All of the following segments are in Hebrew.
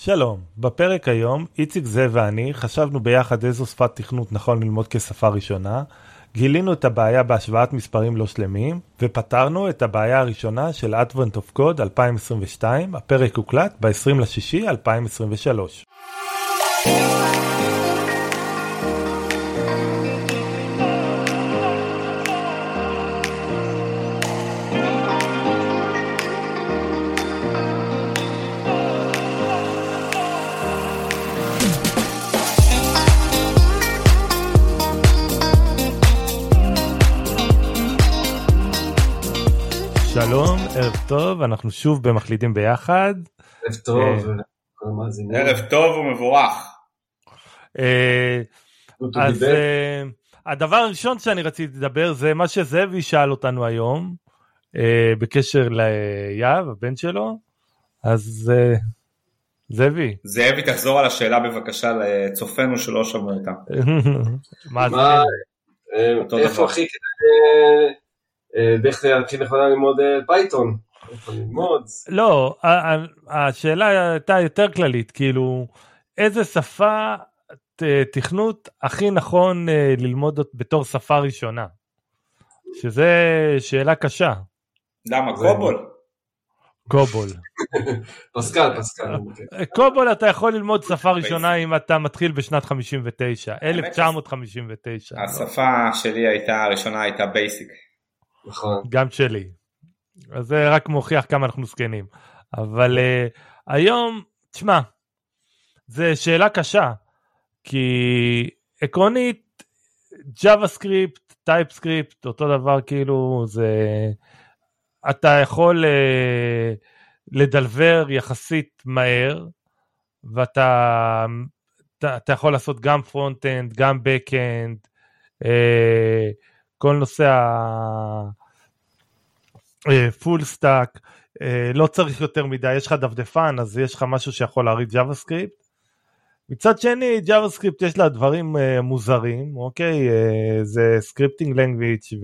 שלום, בפרק היום איציק זה ואני חשבנו ביחד איזו שפת תכנות נכון ללמוד כשפה ראשונה, גילינו את הבעיה בהשוואת מספרים לא שלמים, ופתרנו את הבעיה הראשונה של Advent of Code 2022, הפרק הוקלט ב-20/6/2023. שלום, ערב טוב, אנחנו שוב במחליטים ביחד. ערב טוב, ערב טוב ומבורך. אז הדבר הראשון שאני רציתי לדבר זה מה שזאבי שאל אותנו היום, בקשר ליאב, הבן שלו. אז זאבי. זאבי, תחזור על השאלה בבקשה לצופנו שלא שמעו אותה. מה זה? איפה הכי כדי... דרך הכי נכונה ללמוד פייתון, איפה ללמוד? לא, השאלה הייתה יותר כללית, כאילו, איזה שפה תכנות הכי נכון ללמוד בתור שפה ראשונה? שזה שאלה קשה. למה? קובול? קובול. פסקל. קובול אתה יכול ללמוד שפה ראשונה אם אתה מתחיל בשנת 59, 1959. השפה שלי הראשונה הייתה בייסיק. נכון. גם שלי. אז זה רק מוכיח כמה אנחנו סקנים. אבל היום, תשמע, זה שאלה קשה, כי עקרונית, JavaScript, TypeScript, אותו דבר כאילו, זה, אתה יכול לדלבר יחסית מהר, ואתה יכול לעשות גם פרונט-אנד, גם בק-אנד, כל נושא פול סטאק, לא צריך יותר מדי, יש לך דפדפן, אז יש לך משהו שיכול להריץ JavaScript. מצד שני, JavaScript יש לה דברים מוזרים, אוקיי? זה scripting language,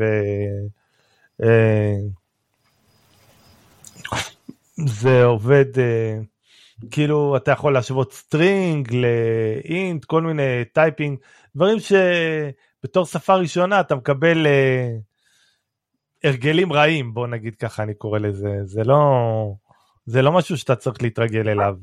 זה עובד, כאילו אתה יכול להשוות string ל-int, כל מיני טייפינג, דברים בתור שפה ראשונה אתה מקבל הרגלים רעים, בוא נגיד ככה אני קורא לזה, זה לא משהו שאתה צריך להתרגל אליו,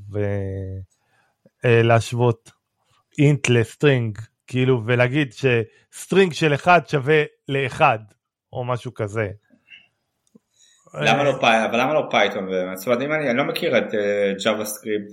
להשוות int לסטרינג, כאילו, ולהגיד שסטרינג של אחד שווה לאחד, או משהו כזה. למה לא פייתון? זאת אומרת, אני לא מכיר את JavaScript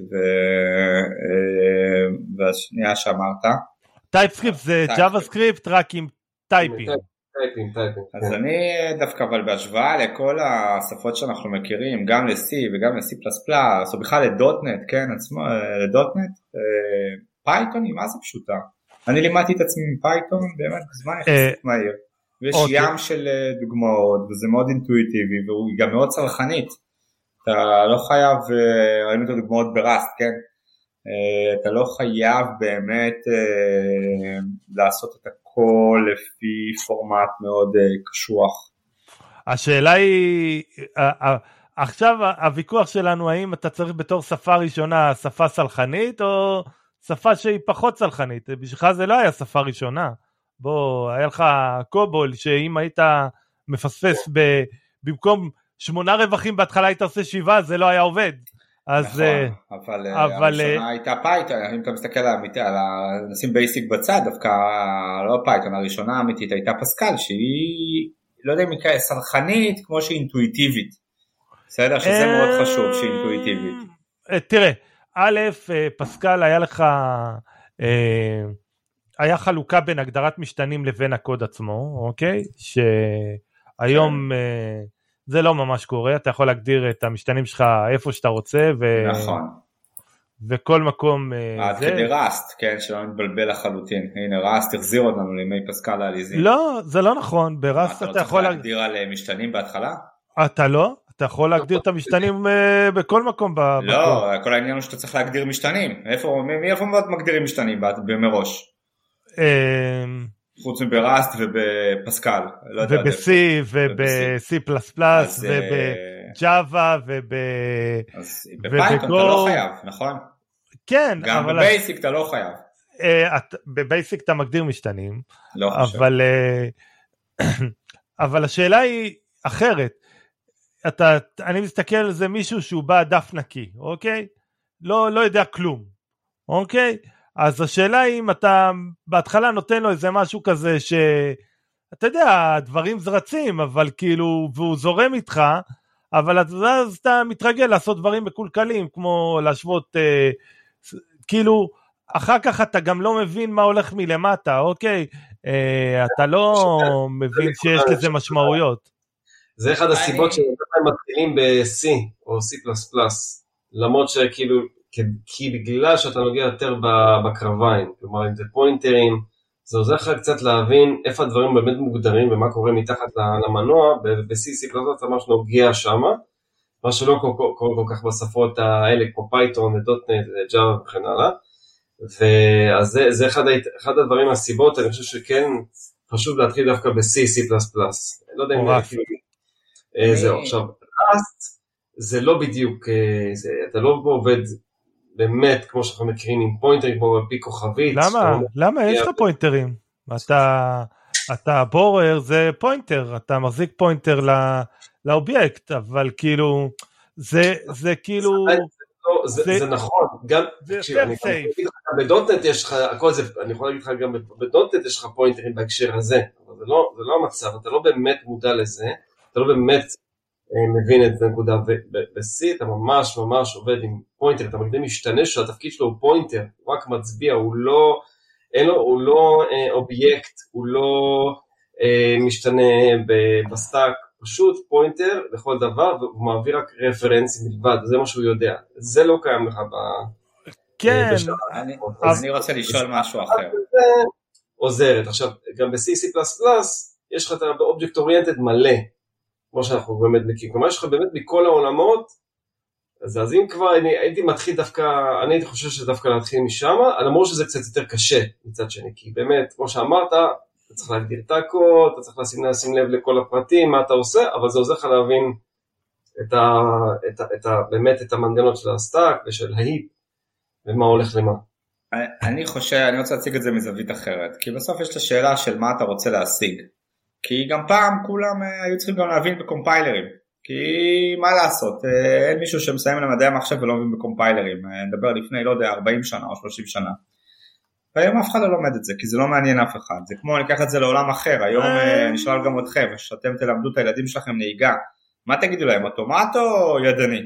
והשנייה שאמרת. טייפסקריפט זה JavaScript רק עם טייפינג. אז אני דווקא, אבל בהשוואה לכל השפות שאנחנו מכירים, גם ל-C וגם ל-C++, או בכלל לדוטנט, כן, עצמו, לדוטנט, פייתון היא מה זה פשוטה. אני לימדתי את עצמי מפייתון, באמת בזמן יחסית מהיר. ויש ים של דוגמאות, וזה מאוד אינטואיטיבי, והוא גם מאוד צרכנית. אתה לא חייב, ראינו את הדוגמאות בראסט, כן? אתה לא חייב באמת לעשות את הכל לפי פורמט מאוד קשוח. השאלה היא, עכשיו הוויכוח שלנו, האם אתה צריך בתור שפה ראשונה שפה סלחנית, או שפה שהיא פחות סלחנית? בשבילך זה לא היה שפה ראשונה. בוא, היה לך קובול, שאם היית מפספס במקום 8 רווחים בהתחלה היית עושה 7, זה לא היה עובד. אז, נכון, אבל הראשונה הייתה פייתון, אם אתה מסתכל על נשים בייסיק בצד, דווקא לא פייתון, הראשונה האמיתית הייתה פסקל, שהיא, לא יודע אם היא סלחנית, כמו שהיא אינטואיטיבית. בסדר? שזה מאוד חשוב, שהיא אינטואיטיבית. תראה, א', פסקל היה לך, היה חלוקה בין הגדרת משתנים לבין הקוד עצמו, אוקיי? שהיום זה לא ממש קורה, אתה יכול להגדיר את המשתנים שלך איפה שאתה רוצה, נכון. וכל מקום עד כדי ראסט, כן, שלא נתבלבל לחלוטין. הנה, ראסט החזיר אותנו לימי פסקל העליזים. לא, זה לא נכון, בראסט אתה יכול להגדיר על משתנים בהתחלה? אתה לא? אתה יכול להגדיר את המשתנים בכל מקום. לא, כל העניין הוא שאתה צריך להגדיר משתנים. מאיפה מגדירים משתנים במראש? חוץ מבראסט ובפסקל. וב-C וב-C++ וב-Java אז בפייתון אתה לא חייב, נכון? כן, גם בבייסיק אתה לא חייב. בבייסיק אתה מגדיר משתנים, לא חושב. אבל השאלה היא אחרת. אני מסתכל על זה מישהו שהוא בא דף נקי, אוקיי? לא יודע כלום, אוקיי? אז השאלה היא אם אתה בהתחלה נותן לו איזה משהו כזה אתה יודע, דברים זרצים, אבל כאילו, והוא זורם איתך, אבל אז אתה מתרגל לעשות דברים מקולקלים, כמו להשוות, כאילו, אחר כך אתה גם לא מבין מה הולך מלמטה, אוקיי? אתה לא מבין שיש לזה משמעויות. זה אחד הסיבות שהם מתחילים ב-C או C++, למרות שכאילו, כי בגלל שאתה נוגע יותר בקרביים, כלומר, אם זה פוינטרים, זה עוזר לך קצת להבין איפה הדברים באמת מוגדרים ומה קורה מתחת למנוע, ב-C++ אתה ממש נוגע שם, מה שלא קורה כל כך בשפות האלה, כמו פייתון ודוטנט וג'אווה וכן הלאה, ואז זה אחד הדברים הסיבות, אני חושב שכן חשוב להתחיל דווקא ב-C++, לא יודע אם זהו, עכשיו, ראסט זה לא בדיוק, אתה לא עובד באמת, כמו שאנחנו מכירים עם פוינטרים, כמו בפי כוכבית. למה? יש לך פוינטרים. אתה בורר, זה פוינטר, אתה מחזיק פוינטר לאובייקט, אבל כאילו, זה כאילו... זה נכון, גם, בדוטנט יש לך, אני יכול להגיד לך גם בדוטנט יש לך פוינטרים בהקשר הזה, אבל זה לא המצב, אתה לא באמת מודע לזה, אתה לא באמת מבין את הנקודה, וב-C אתה ממש עובד עם פוינטר, אתה מקדים משתנה שהתפקיד שלו הוא פוינטר, הוא רק מצביע, הוא לא אובייקט, הוא לא משתנה בסטאק, פשוט פוינטר לכל דבר, והוא מעביר רק רפרנסים בלבד, זה מה שהוא יודע, זה לא קיים לך כן, אני רוצה לשאול משהו אחר. עוזרת, עכשיו, גם ב-C++, יש לך את ה-Object Oriented מלא, כמו שאנחנו באמת מכירים, כלומר יש לך באמת מכל העולמות, אז אם כבר הייתי מתחיל דווקא, אני הייתי חושב שדווקא להתחיל משם, למרות שזה קצת יותר קשה מצד שני, כי באמת, כמו שאמרת, אתה צריך להגדיר את הקוד, אתה צריך לשים לב לכל הפרטים, מה אתה עושה, אבל זה עוזר לך להבין באמת את המנגנון של הסטאק ושל ההיפ, ומה הולך למה. אני חושב, אני רוצה להציג את זה מזווית אחרת, כי בסוף יש את השאלה של מה אתה רוצה להשיג. כי גם פעם כולם היו צריכים גם להבין בקומפיילרים, כי מה לעשות, אין מישהו שמסיים למדעי המחשב ולא מבין בקומפיילרים, נדבר לפני, לא יודע, 40 שנה או 30 שנה, והיום אף אחד לא לומד את זה, כי זה לא מעניין אף אחד, זה כמו, אני אקח את זה לעולם אחר, היום אני שואל גם אתכם, שאתם תלמדו את הילדים שלכם נהיגה, מה תגידו להם, אוטומט או ידני?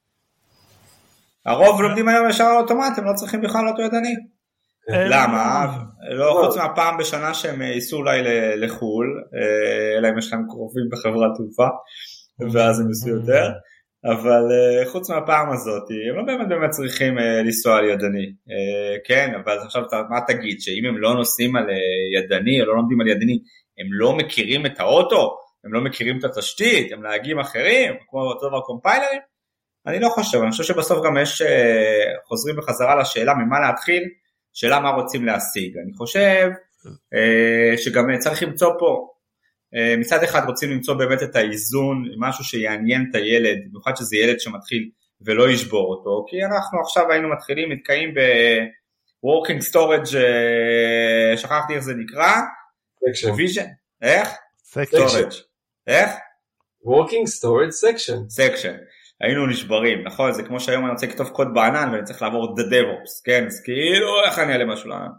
הרוב לומדים היום ישר על אוטומט, הם לא צריכים בכלל אותו ידני. למה? לא חוץ מהפעם בשנה שהם ייסעו אולי לחול, אלא אם יש להם קרובים בחברת תעופה, ואז הם ייסעו יותר, אבל חוץ מהפעם הזאת, הם לא באמת צריכים לנסוע על ידני, כן, אבל עכשיו מה תגיד, שאם הם לא נוסעים על ידני, או לא לומדים על ידני, הם לא מכירים את האוטו, הם לא מכירים את התשתית, הם נהגים אחרים, כמו אותו דבר קומפיילרים, אני לא חושב, אני חושב שבסוף גם יש, חוזרים בחזרה לשאלה ממה להתחיל, שאלה מה רוצים להשיג. אני חושב שגם צריך למצוא פה, מצד אחד רוצים למצוא באמת את האיזון, משהו שיעניין את הילד, במיוחד שזה ילד שמתחיל ולא ישבור אותו, כי אנחנו עכשיו היינו מתחילים, מתקעים ב-Working Storage, שכחתי איך זה נקרא, Vision, איך? Storage. איך? Working Storage Section. היינו נשברים, נכון? זה כמו שהיום אני רוצה לכתוב קוד בענן, ואני צריך לעבור את DevOps, כן? אז כאילו, איך אני אעלה משהו לענן?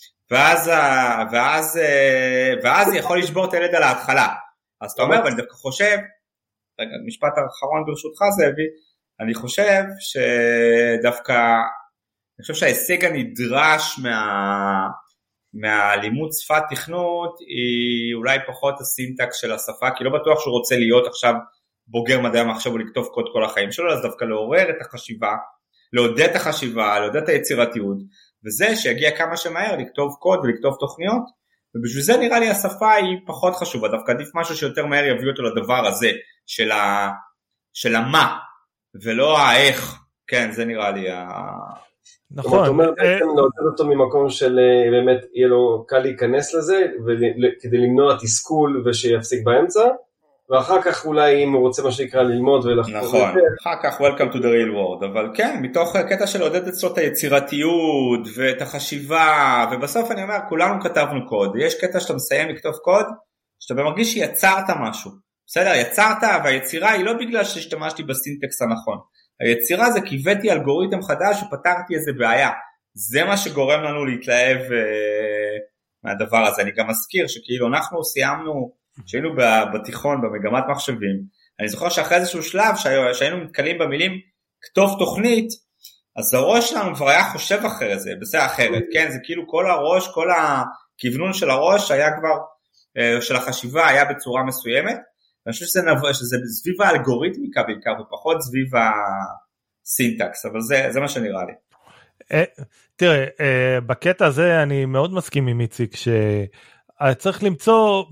ואז יכול לשבור את הילד על ההתחלה. אז אתה אומר, ואני דווקא חושב, רגע, משפט האחרון ברשותך זאבי, אני חושב שדווקא, אני חושב שההישג הנדרש מהלימוד שפת תכנות, היא אולי פחות הסינטקס של השפה, כי לא בטוח שהוא רוצה להיות עכשיו, בוגר מדעי המחשב ולכתוב קוד כל החיים שלו, אז דווקא לעורר את החשיבה, לעודד את החשיבה, לעודד את היצירתיות, וזה שיגיע כמה שמהר לכתוב קוד ולכתוב תוכניות, ובשביל זה נראה לי השפה היא פחות חשובה, דווקא עדיף משהו שיותר מהר יביא אותו לדבר הזה, של המה, ולא האיך, כן, זה נראה לי נכון. זאת אומרת, בעצם לעודד אותו ממקום של באמת יהיה לו קל להיכנס לזה, כדי למנוע תסכול ושיפסיק באמצע, ואחר כך אולי אם הוא רוצה מה שנקרא ללמוד ולחקור. נכון, אחר כך welcome to the real world, אבל כן, מתוך קטע של עודד אצלו את היצירתיות ואת החשיבה, ובסוף אני אומר, כולנו כתבנו קוד, יש קטע שאתה מסיים לכתוב קוד, שאתה מרגיש שיצרת משהו, בסדר, יצרת, והיצירה היא לא בגלל שהשתמשתי בסינטקס הנכון, היצירה זה קיוויתי אלגוריתם חדש ופתרתי איזה בעיה, זה מה שגורם לנו להתלהב מהדבר הזה. אני גם מזכיר שכאילו אנחנו סיימנו, שהיינו בתיכון במגמת מחשבים, אני זוכר שאחרי איזשהו שלב שהיינו מתקלים במילים כתוב תוכנית, אז הראש שלנו כבר היה חושב אחרי זה, בסדר אחרת, כן, זה כאילו כל הראש, כל הכיוונון של הראש היה כבר, של החשיבה היה בצורה מסוימת, ואני חושב שזה סביב האלגוריתמיקה בעיקר, ופחות סביב הסינטקס, אבל זה מה שנראה לי. תראה, בקטע הזה אני מאוד מסכים עם איציק, שצריך למצוא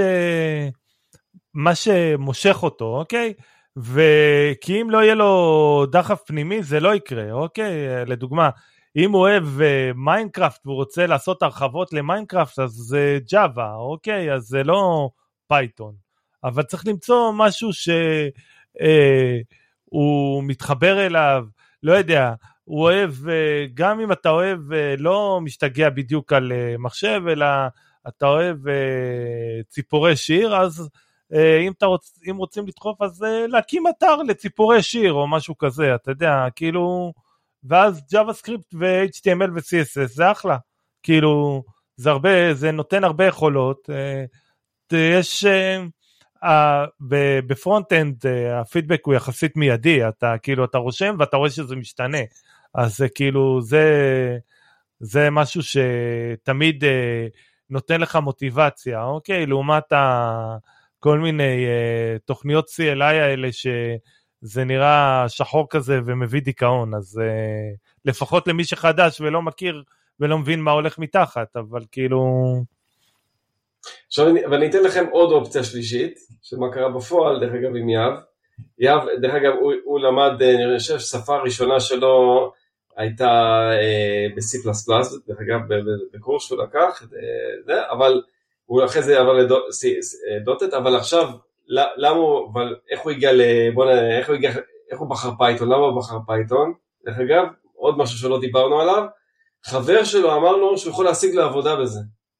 מה שמושך אותו, אוקיי? וכי אם לא יהיה לו דחף פנימי, זה לא יקרה, אוקיי? לדוגמה, אם הוא אוהב מיינקראפט, והוא רוצה לעשות הרחבות למיינקראפט, אז זה ג'אווה, אוקיי? אז זה לא פייתון. אבל צריך למצוא משהו שהוא מתחבר אליו, לא יודע, הוא אוהב, גם אם אתה אוהב, לא משתגע בדיוק על מחשב, אלא אתה אוהב ציפורי שיר, אז אם רוצים לדחוף, אז להקים אתר לציפורי שיר, או משהו כזה, אתה יודע, כאילו, ואז JavaScript ו-HTML ו-CSS, זה אחלה, כאילו, זה נותן הרבה יכולות, יש, בפרונט-אנד, הפידבק הוא יחסית מיידי, אתה רושם ואתה רואה שזה משתנה, אז כאילו זה משהו שתמיד נותן לך מוטיבציה, אוקיי? לעומת כל מיני תוכניות CLI האלה שזה נראה שחור כזה ומביא דיכאון, אז לפחות למי שחדש ולא מכיר ולא מבין מה הולך מתחת, אבל כאילו... עכשיו אני אתן לכם עוד אופציה שלישית, שמה קרה בפועל, דרך אגב עם יאב, דרך אגב הוא למד, אני חושב ששפה הראשונה שלו הייתה ב-C++, דרך אגב בקורס שהוא לקח, אבל הוא אחרי זה עבר לדוטט, אבל עכשיו, למה הוא, אבל איך הוא הגיע איך הוא בחר פייתון, למה הוא בחר פייתון, דרך אגב, עוד משהו שלא דיברנו עליו, חבר שלו אמר לו שהוא יכול להשיג לו עבודה בזה.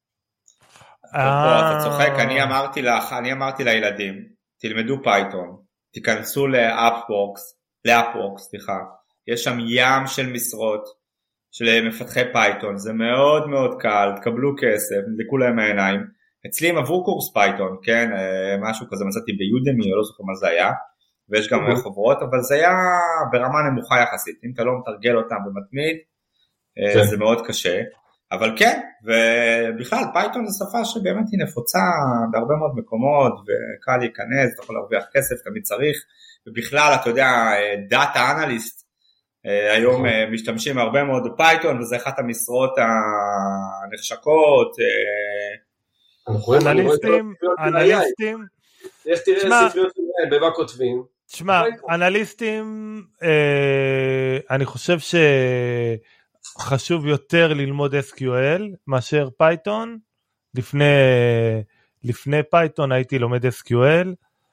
אתה צוחק, אני אמרתי לילדים, תלמדו פייתון, תיכנסו לאפוורקס, יש שם ים של משרות של מפתחי פייתון, זה מאוד מאוד קל, תקבלו כסף, נדלקו להם העיניים, אצלי הם עברו קורס פייתון, כן, משהו כזה מצאתי ביודמי, או לא זוכר מה זה היה, ויש גם חוברות, אבל זה היה ברמה נמוכה יחסית, אם אתה לא מתרגל אותם ומתמיד, זה מאוד קשה, אבל כן, ובכלל פייתון זו שפה שבאמת היא נפוצה בהרבה מאוד מקומות, וקל להיכנס, אתה יכול להרוויח כסף, תמיד צריך, ובכלל אתה יודע, דאטה אנליסט, היום משתמשים הרבה מאוד בפייתון, וזה אחת המשרות הנחשקות. אנליסטים. איך תראה ספריות במה כותבים? תשמע, אנליסטים, אני חושב שחשוב יותר ללמוד SQL מאשר פייתון. לפני פייתון הייתי לומד SQL,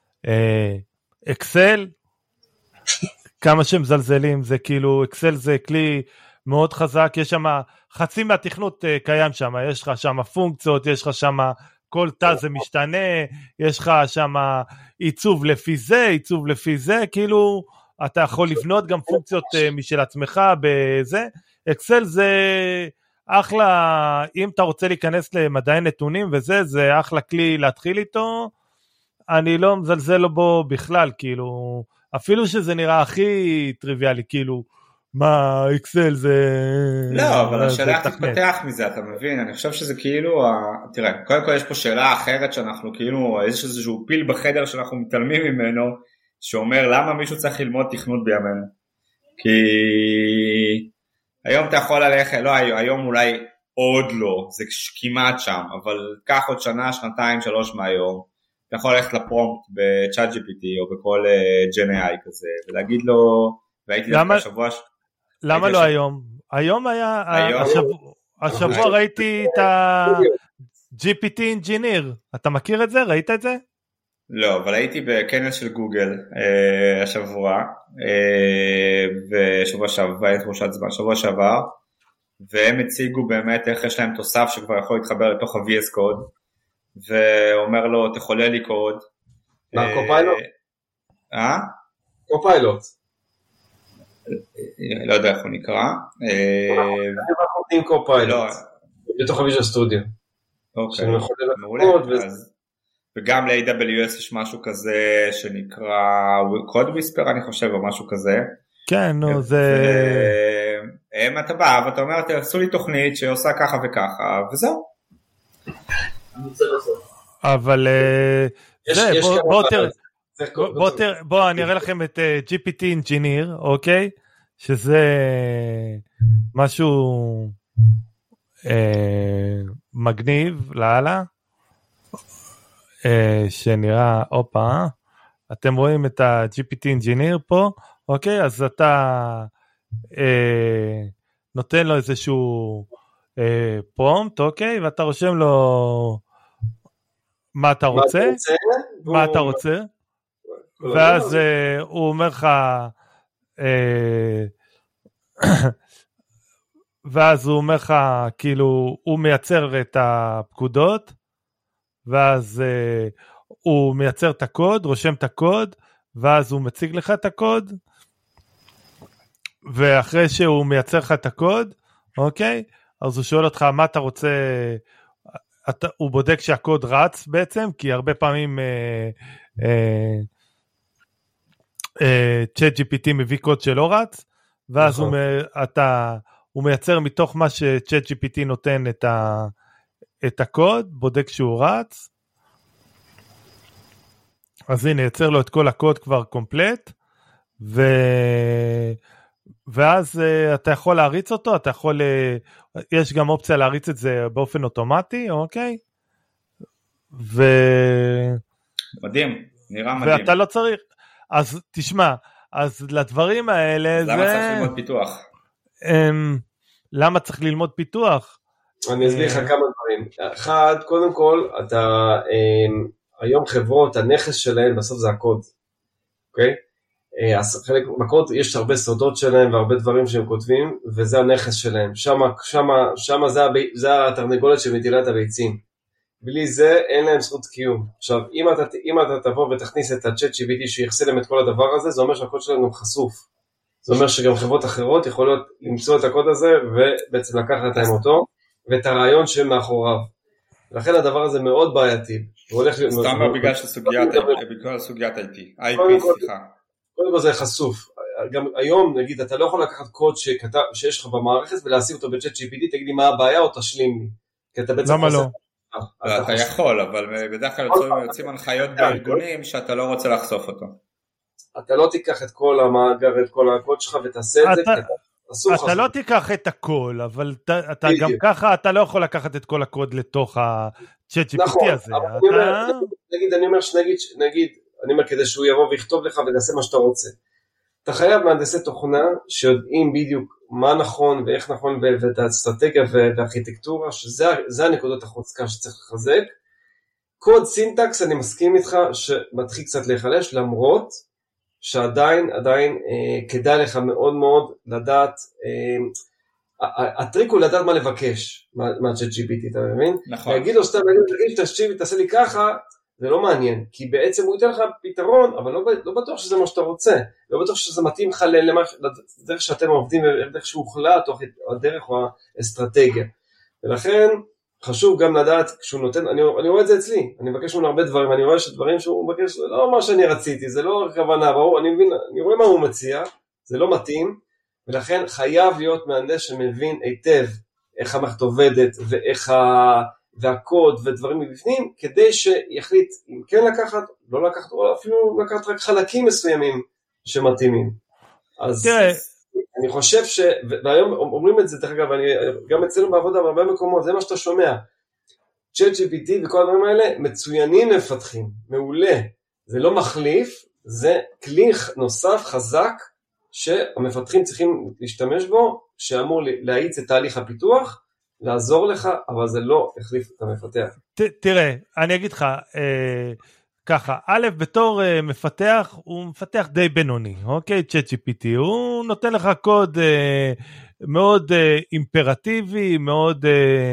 אקסל, כמה שמזלזלים, זה כאילו, אקסל זה כלי מאוד חזק, יש שם, חצי מהתכנות קיים שם, יש לך שם פונקציות, יש לך שם, כל תא זה משתנה, יש לך שם עיצוב לפי זה, כאילו, אתה יכול לבנות גם פונקציות משל עצמך בזה, אקסל זה אחלה, אם אתה רוצה להיכנס למדעי נתונים וזה, זה אחלה כלי להתחיל איתו, אני לא מזלזל בו בכלל, כאילו, אפילו שזה נראה הכי טריוויאלי, כאילו, מה, אקסל זה... לא, אבל השאלה איך תתפתח מזה, אתה מבין? אני חושב שזה כאילו, תראה, קודם כל יש פה שאלה אחרת שאנחנו כאילו, יש איזשהו פיל בחדר שאנחנו מתעלמים ממנו, שאומר למה מישהו צריך ללמוד תכנות בימינו. כי היום אתה יכול ללכת, לא היום אולי עוד לא, זה כמעט שם, אבל קח עוד שנה, שנתיים, 3 מהיום, אתה יכול ללכת לפרומפט ב-Chat GPT או בכל GenAI כזה, ולהגיד לו, והייתי דווקא השבוע... למה לא היום? היום היה, השבוע ראיתי את ה-GPT Engineer, אתה מכיר את זה? ראית את זה? לא, אבל הייתי בכנס של גוגל השבוע, שבוע שעבר, והם הציגו באמת איך יש להם תוסף שכבר יכול להתחבר לתוך ה-VS Code, ואומר לו, תחולל לי קוד. מה, קופיילוט? קופיילוט. לא יודע איך הוא נקרא. אנחנו נותנים קופיילוט. בתוך ה-Visual Studio. אוקיי, מעולה. וגם ל-AWS יש משהו כזה שנקרא Code Whisper, אני חושב, או משהו כזה. כן, נו, זה... אתה בא ואתה אומר, תעשו לי תוכנית שעושה ככה וככה, וזהו. אבל בוא אני אראה לכם את GPT Engineer, אוקיי? שזה משהו מגניב להלאה, שנראה, אתם רואים את ה-GPT Engineer פה, אוקיי? אז אתה נותן לו איזשהו פרומפט, אוקיי? ואתה רושם לו מה אתה רוצה, ואז הוא אומר לך, כאילו, הוא מייצר את הפקודות, ואז הוא מייצר את הקוד, רושם את הקוד, ואז הוא מציג לך את הקוד, ואחרי שהוא מייצר לך את הקוד, אוקיי? אז הוא שואל אותך מה אתה רוצה, הוא בודק שהקוד רץ בעצם, כי הרבה פעמים ChatGPT מביא קוד שלא רץ, ואז הוא מייצר מתוך מה ש-ChatGPT נותן את הקוד, בודק שהוא רץ, אז הנה, יצר לו את כל הקוד כבר קומפלט, ואז אתה יכול להריץ אותו, יש גם אופציה להריץ את זה באופן אוטומטי, אוקיי? מדהים, נראה מדהים. ואתה לא צריך, אז תשמע, אז לדברים האלה אז למה צריך ללמוד פיתוח? למה צריך ללמוד פיתוח? אני אסביר לך כמה דברים. אחד, קודם כל, היום חברות, הנכס שלהן בסוף זה הקוד, אוקיי? אז חלק מהקוד, יש הרבה סודות שלהם והרבה דברים שהם כותבים, וזה הנכס שלהם. שמה זה התרנגולת שמטילה את הביצים. בלי זה אין להם זכות קיום. עכשיו, אם אתה תבוא ותכניס את ה-ChatGPT שיחסה להם את כל הדבר הזה, זה אומר שהקוד שלהם גם חשוף. זה אומר שגם חברות אחרות יכולות למצוא את הקוד הזה, ובעצם לקחת להם אותו, ואת הרעיון שהם מאחוריו. לכן הדבר הזה מאוד בעייתי. סתם בגלל סוגיית IP. קודם כל זה חשוף. גם היום, נגיד, אתה לא יכול לקחת קוד שיש לך במערכת, ולהשיג אותו ב-ChatGPT, תגיד לי מה הבעיה, או תשלים לי. למה לא? אתה יכול, אבל בדרך כלל יוצאים הנחיות בארגונים, שאתה לא רוצה לחשוף אותו. אתה לא תיקח את כל המאגר, את כל הקוד שלך, ותעשה את זה, אתה לא תיקח את הכל, אבל אתה גם ככה, אתה לא יכול לקחת את כל הקוד לתוך ה-ChatGPT הזה. נגיד, אני אומר כדי שהוא יבוא ויכתוב לך ותעשה מה שאתה רוצה. אתה חייב מהנדסי תוכנה שיודעים בדיוק מה נכון ואיך נכון ואת האסטרטגיה והארכיטקטורה, שזה הנקודות החוזקה שצריך לחזק. קוד סינטקס אני מסכים איתך שמתחיל קצת להיחלש, למרות שעדיין כדאי לך מאוד מאוד לדעת, הטריק הוא לדעת מה לבקש מה-ChatGPT, אתה מבין? נכון. להגיד לו סתם, תקשיב, תעשה לי ככה, זה לא מעניין, כי בעצם הוא ייתן לך פתרון, אבל לא בטוח שזה מה שאתה רוצה, לא בטוח שזה מתאים לך לדרך שאתם עובדים, לדרך שהוחלט, או הדרך או האסטרטגיה. ולכן חשוב גם לדעת, כשהוא נותן, אני רואה את זה אצלי, אני מבקש ממנו הרבה דברים, אני רואה שדברים שהוא מבקש, לא מה שאני רציתי, זה לא כוונה, ברור, אני רואה מה הוא מציע, זה לא מתאים, ולכן חייב להיות מהנדס שמבין היטב איך המערכת עובדת, ואיך והקוד ודברים מבפנים, כדי שיחליט אם כן לקחת, לא לקחת, או אפילו לקחת רק חלקים מסוימים שמתאימים. אז אני חושב והיום אומרים את זה, דרך אגב, גם אצלנו בעבודה בהרבה מקומות, זה מה שאתה שומע. ChatGPT וכל הדברים האלה מצוינים למפתחים, מעולה. זה לא מחליף, זה כלי נוסף חזק, שהמפתחים צריכים להשתמש בו, שאמור להאיץ את תהליך הפיתוח, לעזור לך, אבל זה לא החליף את המפתח. תראה, אני אגיד לך, ככה, א', בתור מפתח, הוא מפתח די בינוני, אוקיי? ChatGPT, הוא נותן לך קוד מאוד אימפרטיבי, מאוד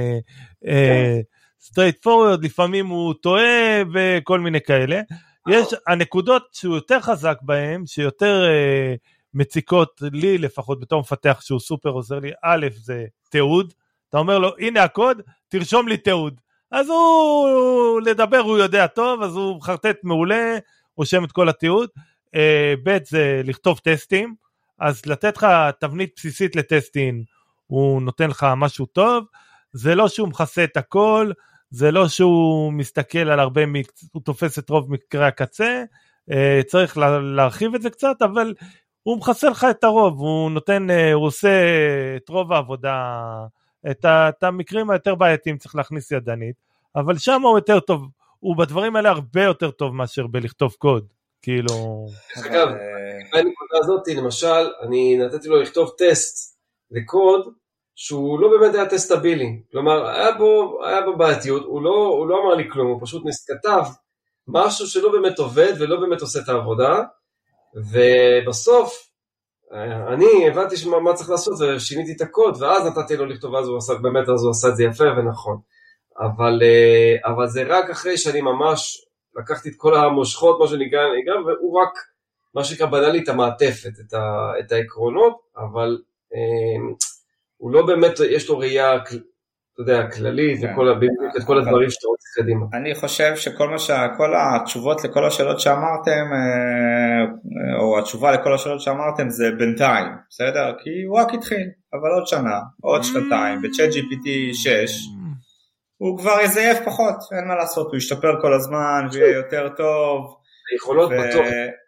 straight forward, לפעמים הוא טועה וכל מיני כאלה. יש הנקודות שהוא יותר חזק בהם, שיותר מציקות לי, לפחות בתור מפתח שהוא סופר עוזר לי, א', זה תיעוד, אתה אומר לו, הנה הקוד, תרשום לי תיעוד. אז הוא לדבר הוא יודע טוב, אז הוא מחרטט מעולה, רושם את כל התיעוד. ב' זה לכתוב טסטים, אז לתת לך תבנית בסיסית לטסטים, הוא נותן לך משהו טוב, זה לא שהוא מכסה את הכל, זה לא שהוא מסתכל על הרבה, הוא תופס את רוב מקרי הקצה, צריך להרחיב את זה קצת, אבל הוא מכסה לך את הרוב, הוא נותן, הוא עושה את רוב העבודה, את המקרים היותר בעייתיים צריך להכניס ידנית, אבל שם הוא יותר טוב, הוא בדברים האלה הרבה יותר טוב מאשר בלכתוב קוד, כאילו... אגב, בנקודה הזאת, למשל, אני נתתי לו לכתוב טסט לקוד, שהוא לא באמת היה טסטבילי, כלומר, היה בו בעייתיות, הוא לא אמר לי כלום, הוא פשוט כתב משהו שלא באמת עובד, ולא באמת עושה את העבודה, ובסוף, אני הבנתי מה צריך לעשות, ושיניתי את הקוד, ואז נתתי לו לכתוב, אז הוא עשה את זה יפה ונכון. אבל זה רק אחרי שאני ממש לקחתי את כל המושכות, מה שנגע, והוא רק, מה שקרה, בנה לי את המעטפת, את העקרונות, אבל הוא לא באמת, יש לו ראייה, אתה יודע, כללית, ואת כל הדברים שאתה רוצה קדימה. אני חושב כל התשובות לכל השאלות שאמרתם, או התשובה לכל השאלות שאמרתם, זה בינתיים, בסדר? כי הוא רק התחיל, אבל עוד שנה, עוד שנתיים, ב-ChatGPT 6, הוא כבר יזייף פחות, אין מה לעשות, הוא ישתפר כל הזמן, ויהיה יותר טוב. היכולות בטוח.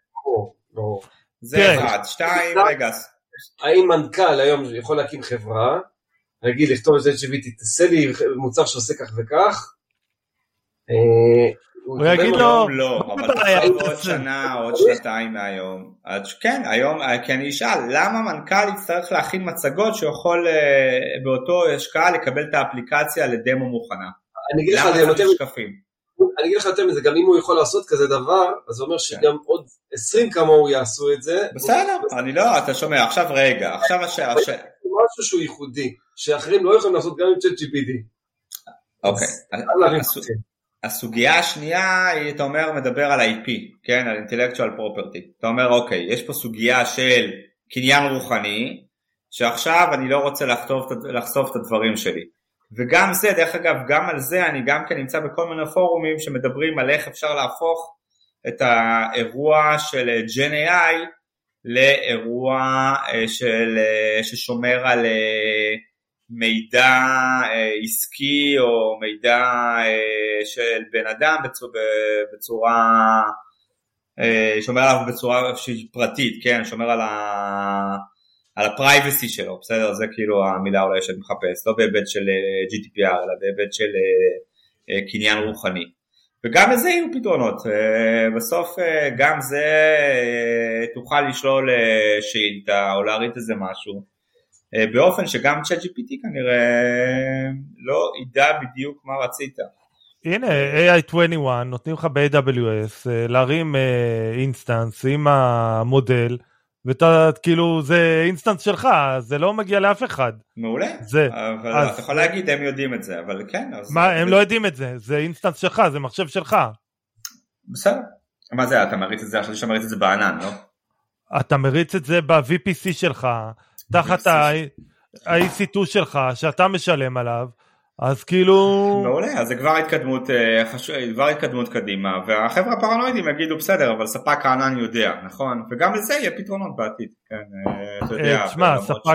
זה אחד, שתיים, רגע. האם מנכ"ל היום יכול להקים חברה, להגיד לכתוב את ChatGPT, תעשה לי מוצר שעושה כך וכך, הוא יגיד לו, לא, אבל עוד שנה, עוד שנתיים מהיום. כן, היום, כי אני אשאל, למה מנכ"ל יצטרך להכין מצגות שיכול באותו השקעה לקבל את האפליקציה לדמו מוכנה? למה זה משקפים? אני אגיד לך יותר מזה, גם אם הוא יכול לעשות כזה דבר, אז זה אומר שגם עוד 20 כמוהו יעשו את זה. בסדר, אני לא, אתה שומע, עכשיו רגע, עכשיו משהו שהוא ייחודי, שאחרים לא יכולים לעשות גם עם ChatGPT. אוקיי, הסוגיה השנייה היא, אתה אומר, מדבר על IP, כן, על Intellectual Property. אתה אומר, אוקיי, יש פה סוגיה של קניין רוחני, שעכשיו אני לא רוצה לחשוף את הדברים שלי. וגם זה, דרך אגב, גם על זה אני גם כן נמצא בכל מיני פורומים שמדברים על איך אפשר להפוך את האירוע של Gen AI לאירוע ששומר על מידע עסקי או מידע של בן אדם בצורה, שומר עליו בצורה פרטית, כן, שומר על הפרייבסי שלו, בסדר? זה כאילו המילה אולי שאני מחפש, לא בהיבט של GDPR, אלא בהיבט של קניין רוחני. וגם לזה יהיו פתרונות, בסוף גם זה תוכל לשלול שאילתה או להריץ איזה משהו, באופן שגם ChatGPT כנראה לא ידע בדיוק מה רצית. הנה, AI21 נותנים לך ב-AWS להרים אינסטנס עם המודל, ואתה כאילו זה אינסטנס שלך, זה לא מגיע לאף אחד. מעולה, אבל אתה יכול להגיד הם יודעים את זה, אבל כן. מה, הם לא יודעים את זה, זה אינסטנס שלך, זה מחשב שלך. בסדר, מה זה, אתה מריץ את זה, אחרי שאתה מריץ את זה בענן, לא? אתה מריץ את זה ב-VPC שלך, תחת ה-EC2 שלך, שאתה משלם עליו, אז כאילו... מעולה, אז זה כבר התקדמות קדימה, והחבר'ה הפרנואידים יגידו בסדר, אבל ספק הענן יודע, נכון? וגם לזה יהיה פתרונות בעתיד, כן, אתה יודע, תשמע,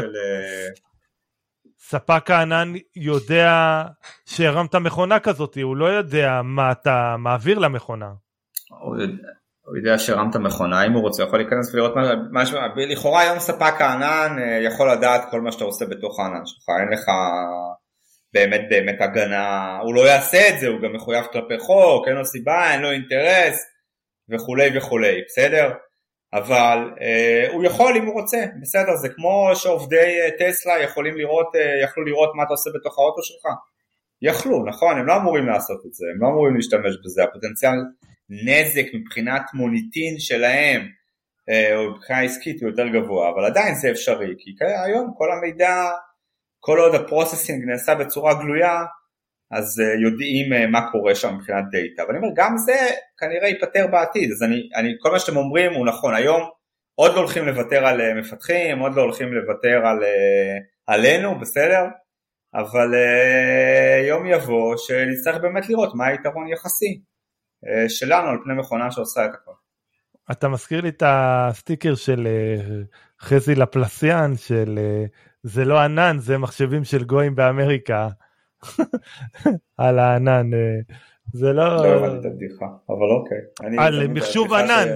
ספק הענן יודע שהרמת מכונה כזאת, הוא לא יודע מה אתה מעביר למכונה. הוא יודע שהרמת מכונה, אם הוא רוצה, יכול להיכנס ולראות משהו, לכאורה היום ספק הענן יכול לדעת כל מה שאתה עושה בתוך הענן שלך, אין לך... באמת הגנה, הוא לא יעשה את זה, הוא גם מחויב כלפי חוק, אין לו סיבה, אין לו אינטרס, וכולי, בסדר? אבל הוא יכול אם הוא רוצה, בסדר, זה כמו שעובדי טסלה יכלו לראות מה אתה עושה בתוך האוטו שלך, יכלו, נכון, הם לא אמורים לעשות את זה, הם לא אמורים להשתמש בזה, הפוטנציאל הנזק מבחינת מוניטין שלהם, או מבחינה עסקית הוא יותר גבוה, אבל עדיין זה אפשרי, כי היום כל המידע, כל עוד הפרוססינג נעשה בצורה גלויה, אז יודעים מה קורה שם מבחינת דאטה, אבל אני אומר, גם זה כנראה ייפטר בעתיד, אז כל מה שאתם אומרים הוא נכון, היום עוד לא הולכים לוותר על מפתחים, עוד לא הולכים לוותר עלינו, בסדר? אבל יום יבוא שנצטרך באמת לראות מה היתרון יחסי שלנו על פני מכונה שעושה את הכל. אתה מזכיר לי את הסטיקר של חזי לפלסיאן, של זה לא ענן, זה מחשבים של גויים באמריקה, על הענן, זה לא... לא הבנתי את הבדיחה, אבל אוקיי. על מחשוב ענן,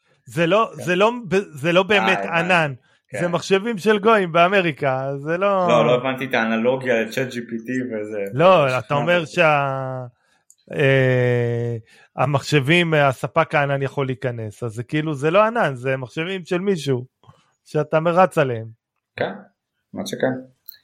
זה לא באמת ענן, זה מחשבים של גויים באמריקה, זה לא... לא הבנתי את האנלוגיה ל-Chat GPT וזה... לא, אתה אומר המחשבים, הספק הענן יכול להיכנס, אז זה כאילו, זה לא ענן, זה מחשבים של מישהו, שאתה מרץ עליהם. כן, מה שכן.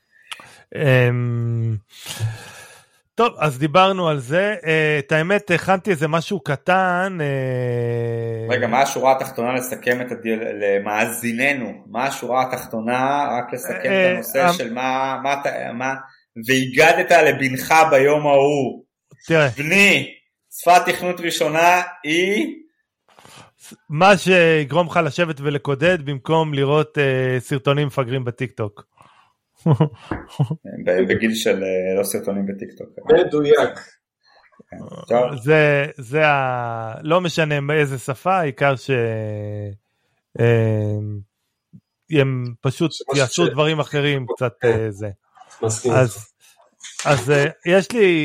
טוב, אז דיברנו על זה, את האמת הכנתי איזה משהו קטן. רגע, מה השורה התחתונה לסכם למאזיננו? מה השורה התחתונה, רק לסכם את הנושא של מה והגדת לבנך ביום ההוא. תראה. בני, שפת תכנות ראשונה היא... מה שיגרום לך לשבת ולקודד במקום לראות סרטונים מפגרים בטיקטוק. בגיל של לא סרטונים בטיקטוק. מדויק. זה לא משנה מאיזה שפה, העיקר הם פשוט יעשו דברים אחרים קצת זה. אז יש לי,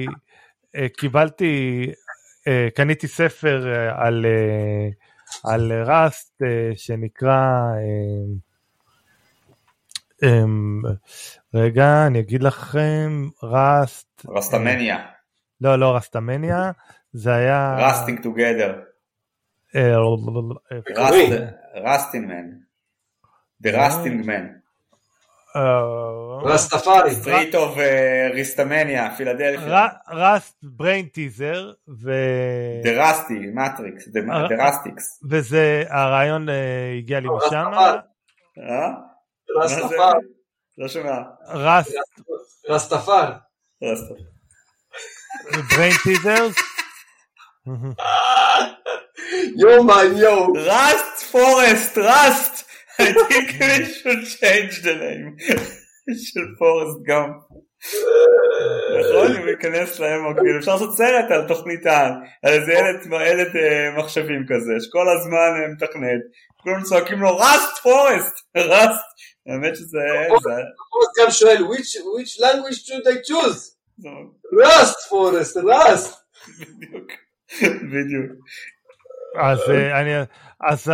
קניתי ספר על ראסט שנקרא, רגע אני אגיד לכם, רסטמניה. לא רסטמניה, זה היה Rusting Together. Rusting Man. The Rusting Man. רסטפארי. Street of Ristamania, פילדלפיה. Rust Brain Teaser The Rusty Matrix, The Rustix. וזה הרעיון הגיע לי משם. רסטפאר. לא שומע. רסטפאר. Brain Teasers. Yo man, yo. Rust Forest, Rust. I think we should change the name. של פורסט גם. נכון, אם ייכנס להם, אפשר לעשות סרט על תוכנית על איזה ילד מחשבים כזה, שכל הזמן מתכנת, כולם צועקים לו, רסט פורסט, רסט. האמת שזה... פורסט גם שואל, which language should I choose? רסט פורסט, רסט. בדיוק. אז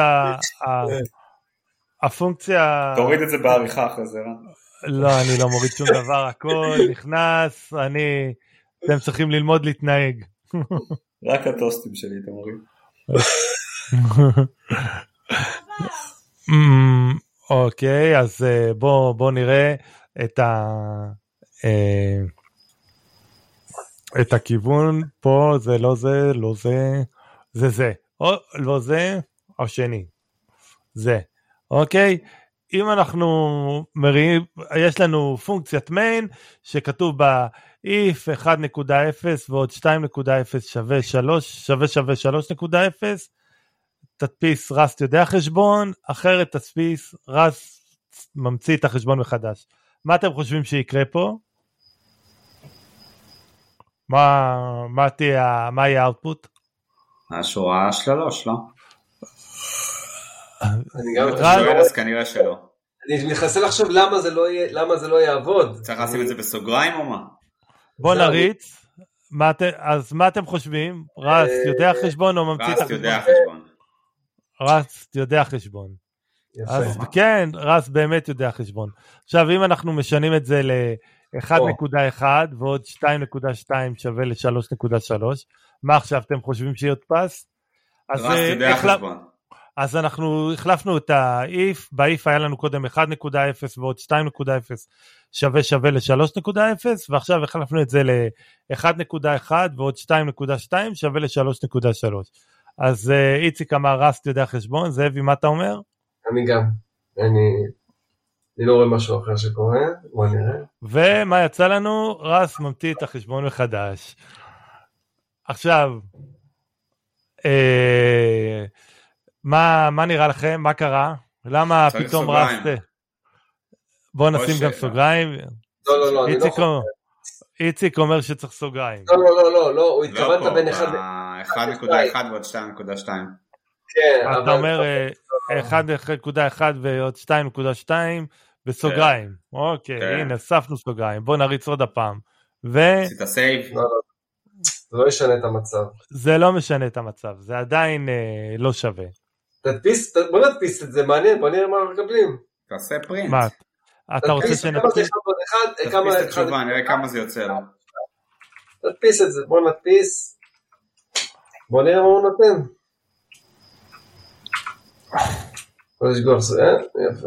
הפונקציה... תוריד את זה בעריכה אחרי זה, לא, אני לא מוריד שום דבר, הכל נכנס, אתם צריכים ללמוד להתנהג. רק הטוסטים שלי, אתה מוריד. אוקיי, אז בואו נראה את הכיוון פה, זה לא זה, לא זה, זה, או לא זה, או שני, זה, אוקיי, אם אנחנו מראים, יש לנו פונקציית מיין, שכתוב בה if 1.0 ועוד 2.0 שווה 3, שווה 3.0, תדפיס רסט יודע חשבון, אחרת תדפיס רסט ממציא את החשבון מחדש. מה אתם חושבים שיקרה פה? מה יהיה האוטפוט? השורה 3, לא? אני גם שואל, אז כנראה שלא. אני מנסה לחשוב למה זה לא יעבוד. צריך לשים את זה בסוגריים או מה? בוא נריץ. אז מה אתם חושבים? רסט יודע חשבון או ממציא את החשבון? רסט יודע חשבון. רסט יודע חשבון. אז כן, רסט באמת יודע חשבון. עכשיו אם אנחנו משנים את זה ל-1.1 ועוד 2.2 שווה ל-3.3, מה עכשיו אתם חושבים שיודפס? רסט יודע חשבון. אז אנחנו החלפנו את ה-if, ב-if היה לנו קודם 1.0 ועוד 2.0 שווה ל-3.0, ועכשיו החלפנו את זה ל-1.1 ועוד 2.2 שווה ל-3.3. אז איציק אמר, רסט יודע חשבון, זאבי, מה אתה אומר? אני גם, אני לא רואה משהו אחר שקורה, בוא נראה. ומה יצא לנו? רס ממציא את החשבון מחדש. עכשיו, מה נראה לכם? מה קרה? למה פתאום רס... בואו נשים גם סוגריים. לא, אני לא חושב. איציק אומר שצריך סוגריים. לא, הוא התכוונת בין 1.1 ועוד 2.2. כן, אתה אומר 1.1 ועוד 2.2 בסוגריים. אוקיי, הנה, אספנו סוגריים. בואו נריץ עוד הפעם. עשית סייב? זה לא ישנה את המצב. זה לא משנה את המצב, זה עדיין לא שווה. בוא נדפיס את זה, מעניין, בוא נראה מה מקבלים. תעשה פרינט. מה? אתה רוצה שנדפיס? תדפיס את התשובה, נראה כמה זה יוצא לו. תדפיס את זה, בוא נדפיס. בוא נראה מה הוא נותן. בוא נשגור זה, יפה.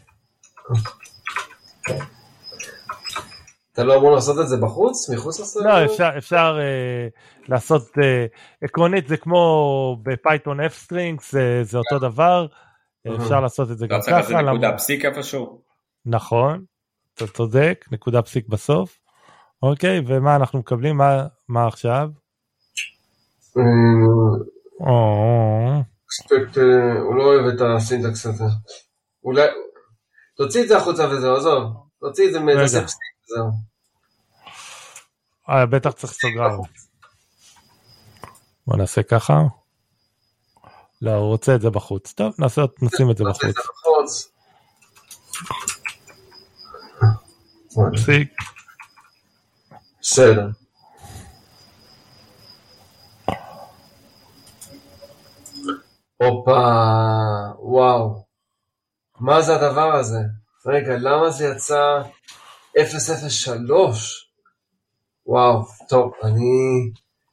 אתה לא אמור לעשות את זה בחוץ? מחוץ לסרט? לא, אפשר לעשות, עקרונית זה כמו בפייתון F-Strings, זה אותו דבר, אפשר לעשות את זה גם ככה. זה נקודה פסיק איפשהו. נכון, אתה צודק, נקודה פסיק בסוף. אוקיי, ומה אנחנו מקבלים? מה עכשיו? הוא לא אוהב את הסינטקס הזה. אולי, תוציא את זה החוצה וזהו, עזוב. תוציא את זה מנסה פסיק וזהו. בטח צריך סוגריים. בוא נעשה ככה. לא, הוא רוצה את זה בחוץ. טוב, נשים את זה בחוץ. פסיק. בסדר. הופה, וואו. מה זה הדבר הזה? רגע, למה זה יצא 003? וואו, טוב, אני...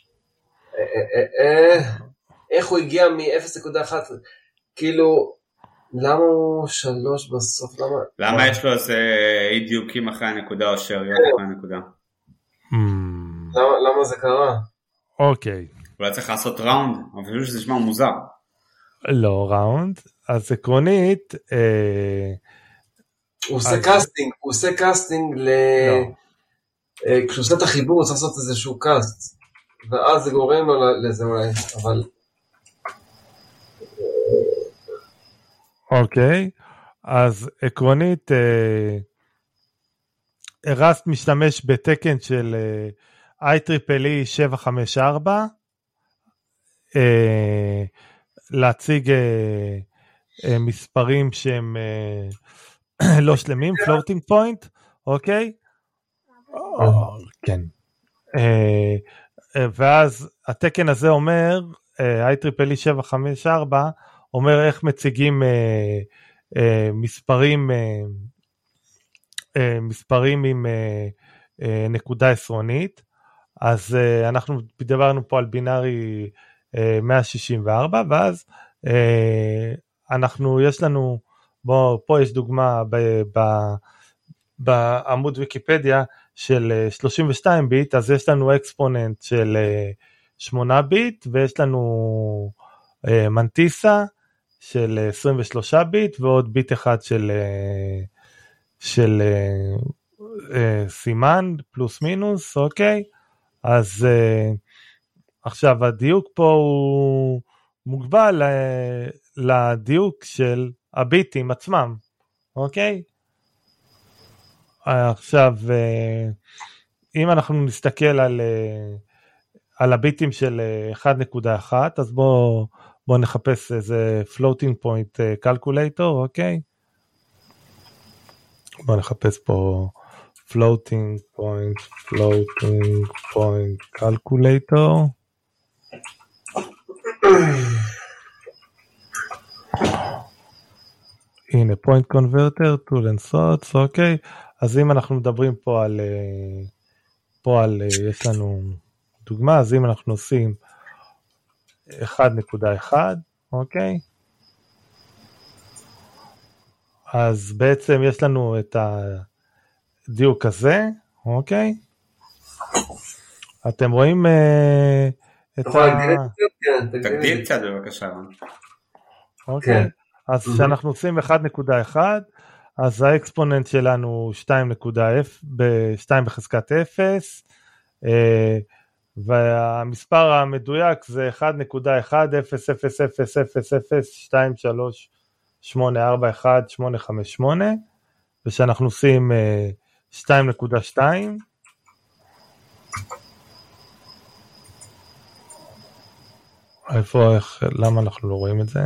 איך הוא הגיע מ-0.1? כאילו, למה הוא 3 בסוף? למה יש לו איזה אי דיוקים אחרי הנקודה או שאריות אחרי הנקודה? למה זה קרה? אוקיי. אולי צריך לעשות ראונד, אבל חושב שזה נשמע מוזר. לא ראונד, אז עקרונית... הוא עושה קאסטינג כשהוא עושה את החיבור, הוא צריך לעשות איזשהו קאסט, ואז זה גורם לו לזה אולי, אבל... אוקיי, אז עקרונית, רסט משתמש בתקן של IEEE 754, להציג מספרים שהם לא שלמים, floating point, אוקיי? כן. ואז התקן הזה אומר, IEEE 754, אומר איך מציגים מספרים עם נקודה עשרונית. אז אנחנו דיברנו פה על בינארי 164, ואז יש לנו, פה יש דוגמה בעמוד ויקיפדיה של 32 ביט, אז יש לנו אקספוננט של 8 ביט, ויש לנו מנטיסה של 23 ביט, ועוד ביט אחד של סימן, פלוס מינוס, אוקיי? אז עכשיו הדיוק פה הוא מוגבל לדיוק של הביטים עצמם, אוקיי? עכשיו, אם אנחנו נסתכל על הביטים של 1.1, אז בואו נחפש איזה floating point calculator, אוקיי? בואו נחפש פה floating point calculator. הנה, point converter, tool and sorts, אוקיי? אז אם אנחנו מדברים פה על יש לנו דוגמה, אז אם אנחנו עושים 1.1, אוקיי? אז בעצם יש לנו את הדיוק הזה, אוקיי? אתם רואים את תגדיל קצת בבקשה. אוקיי, אז כשאנחנו עושים 1.1, אז האקספוננט שלנו 2 בחזקת 0, והמספר המדויק זה 1.1000023841858, ושאנחנו עושים 2.2, למה אנחנו לא רואים את זה?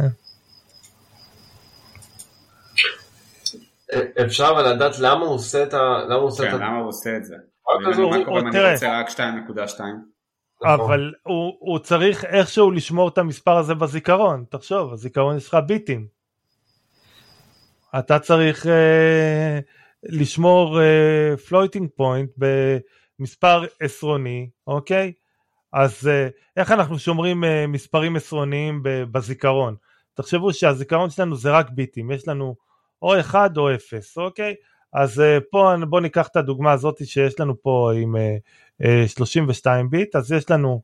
אפשר לדעת למה הוא עושה את למה הוא עושה את זה? מה קורה אם אני רוצה רק 2.2? אבל הוא צריך איכשהו לשמור את המספר הזה בזיכרון. תחשוב, הזיכרון יש לך ביטים. אתה צריך לשמור floating point במספר עשרוני, אוקיי? אז איך אנחנו שומרים מספרים עשרוניים בזיכרון? תחשבו שהזיכרון שלנו זה רק ביטים, יש לנו או 1 או 0, אוקיי? אז פה בוא ניקח את הדוגמה הזאת שיש לנו פה עם 32 ביט, אז יש לנו,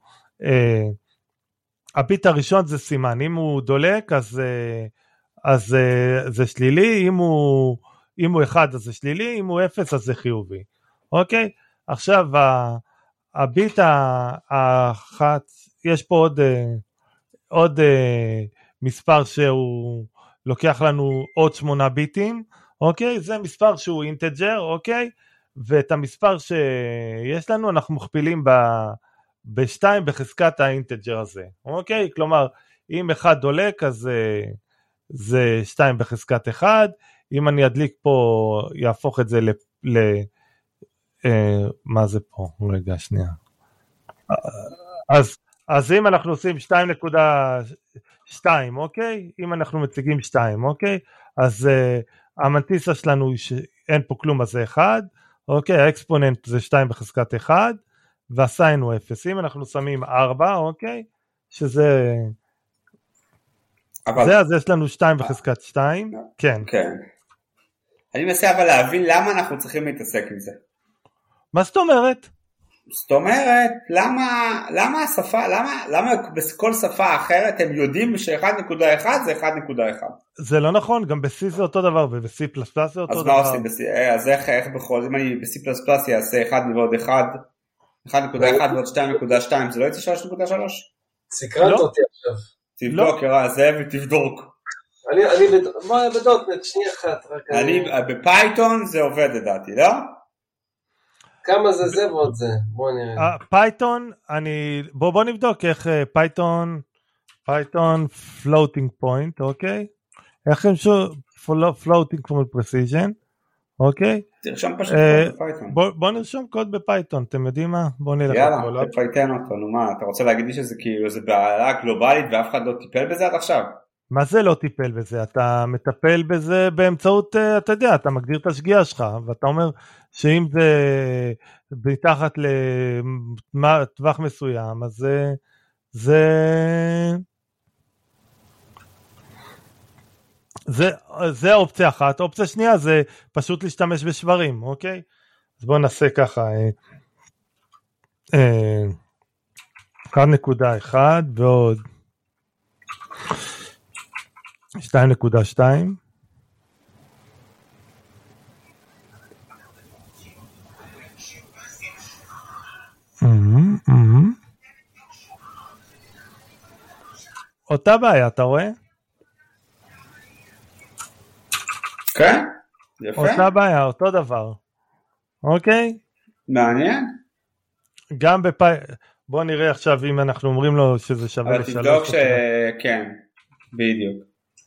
הביט הראשון זה סימן, אם הוא דולק אז זה שלילי, אם הוא 1 אז זה שלילי, אם הוא 0 אז זה חיובי, אוקיי? עכשיו הביט האחת, יש פה עוד מספר שהוא לוקח לנו עוד 8 ביטים, אוקיי? זה מספר שהוא אינטג'ר, אוקיי? ואת המספר שיש לנו אנחנו מכפילים ב-2 בחזקת האינטג'ר הזה, אוקיי? כלומר, אם 1 דולק אז זה 2 בחזקת 1, אם אני אדליק פה, יהפוך את זה מה זה פה? רגע, שנייה. אז אם אנחנו עושים 2.2, אוקיי? אם אנחנו מציגים 2, אוקיי? אז המנטיסה שלנו אין פה כלום, אז זה 1, אוקיי? האקספוננט זה 2 בחזקת 1, והסיין הוא 0. אם אנחנו שמים 4, אוקיי? שזה... אז יש לנו 2 בחזקת 2, כן. אני מנסה אבל להבין למה אנחנו צריכים להתעסק עם זה. מה זאת אומרת? זאת אומרת, למה השפה, למה בכל שפה אחרת הם יודעים ש-1.1 זה 1.1? זה לא נכון, גם ב-C זה אותו דבר, וב-C++ זה אותו דבר. אז מה עושים ב-C? אז איך בכל, אם אני ב-C++ יעשה 1 ועוד 1, 1.1 ועוד 2.2, זה לא יצא 3.3? סקרנת אותי עכשיו. תבדוק, זאב ותבדוק. אני בדוטנט, שנייה אחת. בפייתון זה עובד לדעתי, לא? כמה זה ועוד זה, בוא נראה. פייתון, בוא נבדוק איך פייתון floating point, אוקיי? איך הם floating point precision, אוקיי? תרשום פשוט קוד בפייתון. בוא נרשום קוד בפייתון, אתם יודעים מה? בוא נלך. יאללה, תפייתן אותו, נו מה, אתה רוצה להגיד לי שזה כאילו, זה בעיה גלובלית ואף אחד לא טיפל בזה עד עכשיו? מה זה לא טיפל בזה? אתה מטפל בזה באמצעות, אתה יודע, אתה מגדיר את השגיאה שלך, ואתה אומר שאם זה מתחת לטווח מסוים, אז זה אופציה אחת. אופציה שנייה זה פשוט להשתמש בשברים, אוקיי? אז בואו נעשה ככה, 1.1 ועוד 2.2 אותה בעיה, אתה רואה? כן, יפה. אותה בעיה, אותו דבר. אוקיי? מעניין. גם בוא נראה עכשיו אם אנחנו אומרים לו שזה שווה ל3. אבל תבדוק שכן, בדיוק.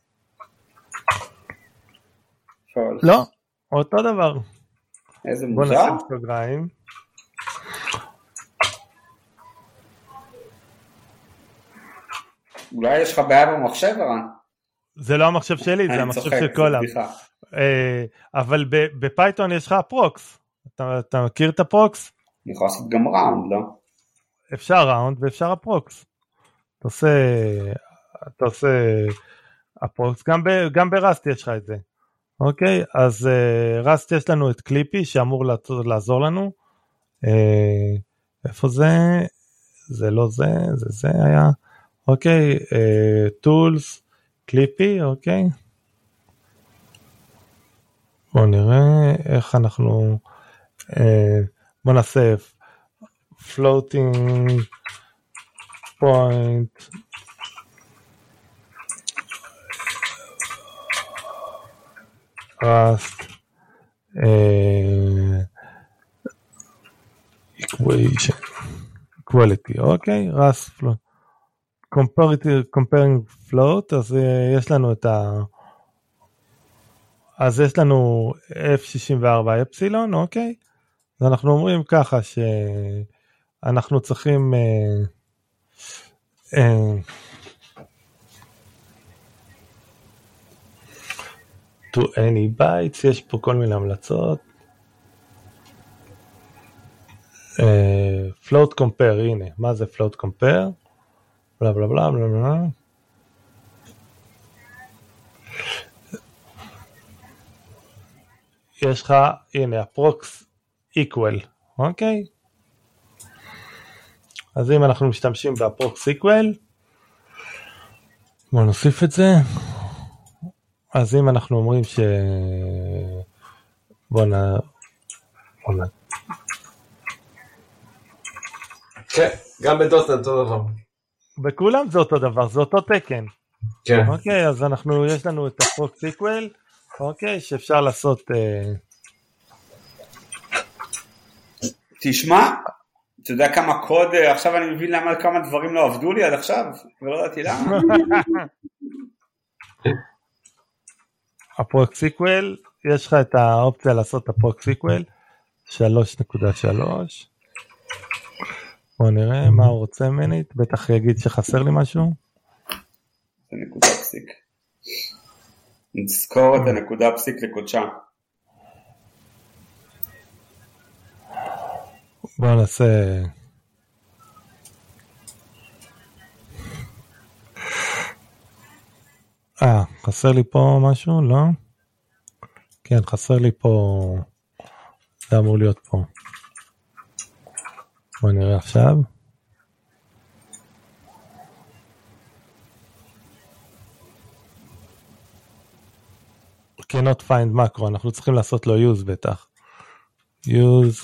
לא, אותו דבר. איזה מוזר. בוא נשים סוגריים. אולי יש לך בעיה במחשב, ערן? זה לא המחשב שלי, זה המחשב של קולאב. אבל בפייתון יש לך פרוקס. אתה מכיר את הפרוקס? אני יכול לעשות גם ראונד, לא? אפשר ראונד ואפשר הפרוקס. אתה עושה הפרוקס, גם ברסט יש לך את זה. אוקיי, אז רסט יש לנו את קליפי שאמור לעזור לנו. איפה זה? זה לא זה, זה היה. אוקיי, טולס, קליפי, אוקיי. בואו נראה איך אנחנו, בואו נעשה floating point Rust equation equality, אוקיי, Rust comparing float, אז יש לנו את אז יש לנו F64 אפסילון, אוקיי, אז אנחנו אומרים ככה שאנחנו צריכים to any bytes, יש פה כל מיני המלצות. float compare, הנה, מה זה float compare? בלה בלה בלה בלה בלה. יש לך, הנה, approx equal, אוקיי? אז אם אנחנו משתמשים ב-approx equal, בואו נוסיף את זה. אז אם אנחנו אומרים בואו כן, גם בדוטנט אותו דבר. בכולם זה אותו דבר, זה אותו תקן. כן. אוקיי, אז יש לנו את approx equal, אוקיי, שאפשר לעשות... תשמע, אתה יודע כמה קוד, עכשיו אני מבין למה כמה דברים לא עבדו לי עד עכשיו, ולא ידעתי למה. approx equal, יש לך את האופציה לעשות approx equal, 3.3. בוא נראה מה הוא רוצה ממני, בטח יגיד שחסר לי משהו. זה נקודה פסיק. נזכור את הנקודה פסיק לקודשה. בוא נעשה... חסר לי פה משהו? לא? כן, חסר לי פה... זה אמור להיות פה. בוא נראה עכשיו. cannot find macro, אנחנו צריכים לעשות לו use בטח. use.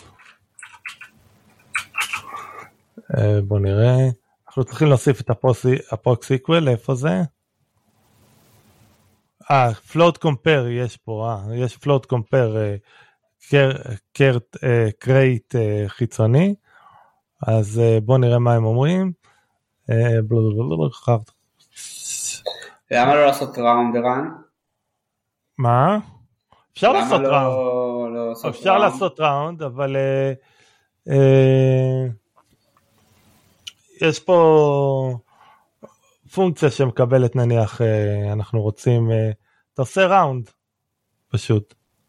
בוא נראה. אנחנו צריכים להוסיף את approx equal, איפה זה? float compare יש פה, יש float compare crate חיצוני, אז בוא נראה מה הם אומרים. למה לא לעשות ראונד רן? מה? אפשר לעשות ראונד. אפשר לעשות ראונד, אבל יש פה פונקציה שמקבלת, נניח אנחנו רוצים, אתה עושה ראונד פשוט.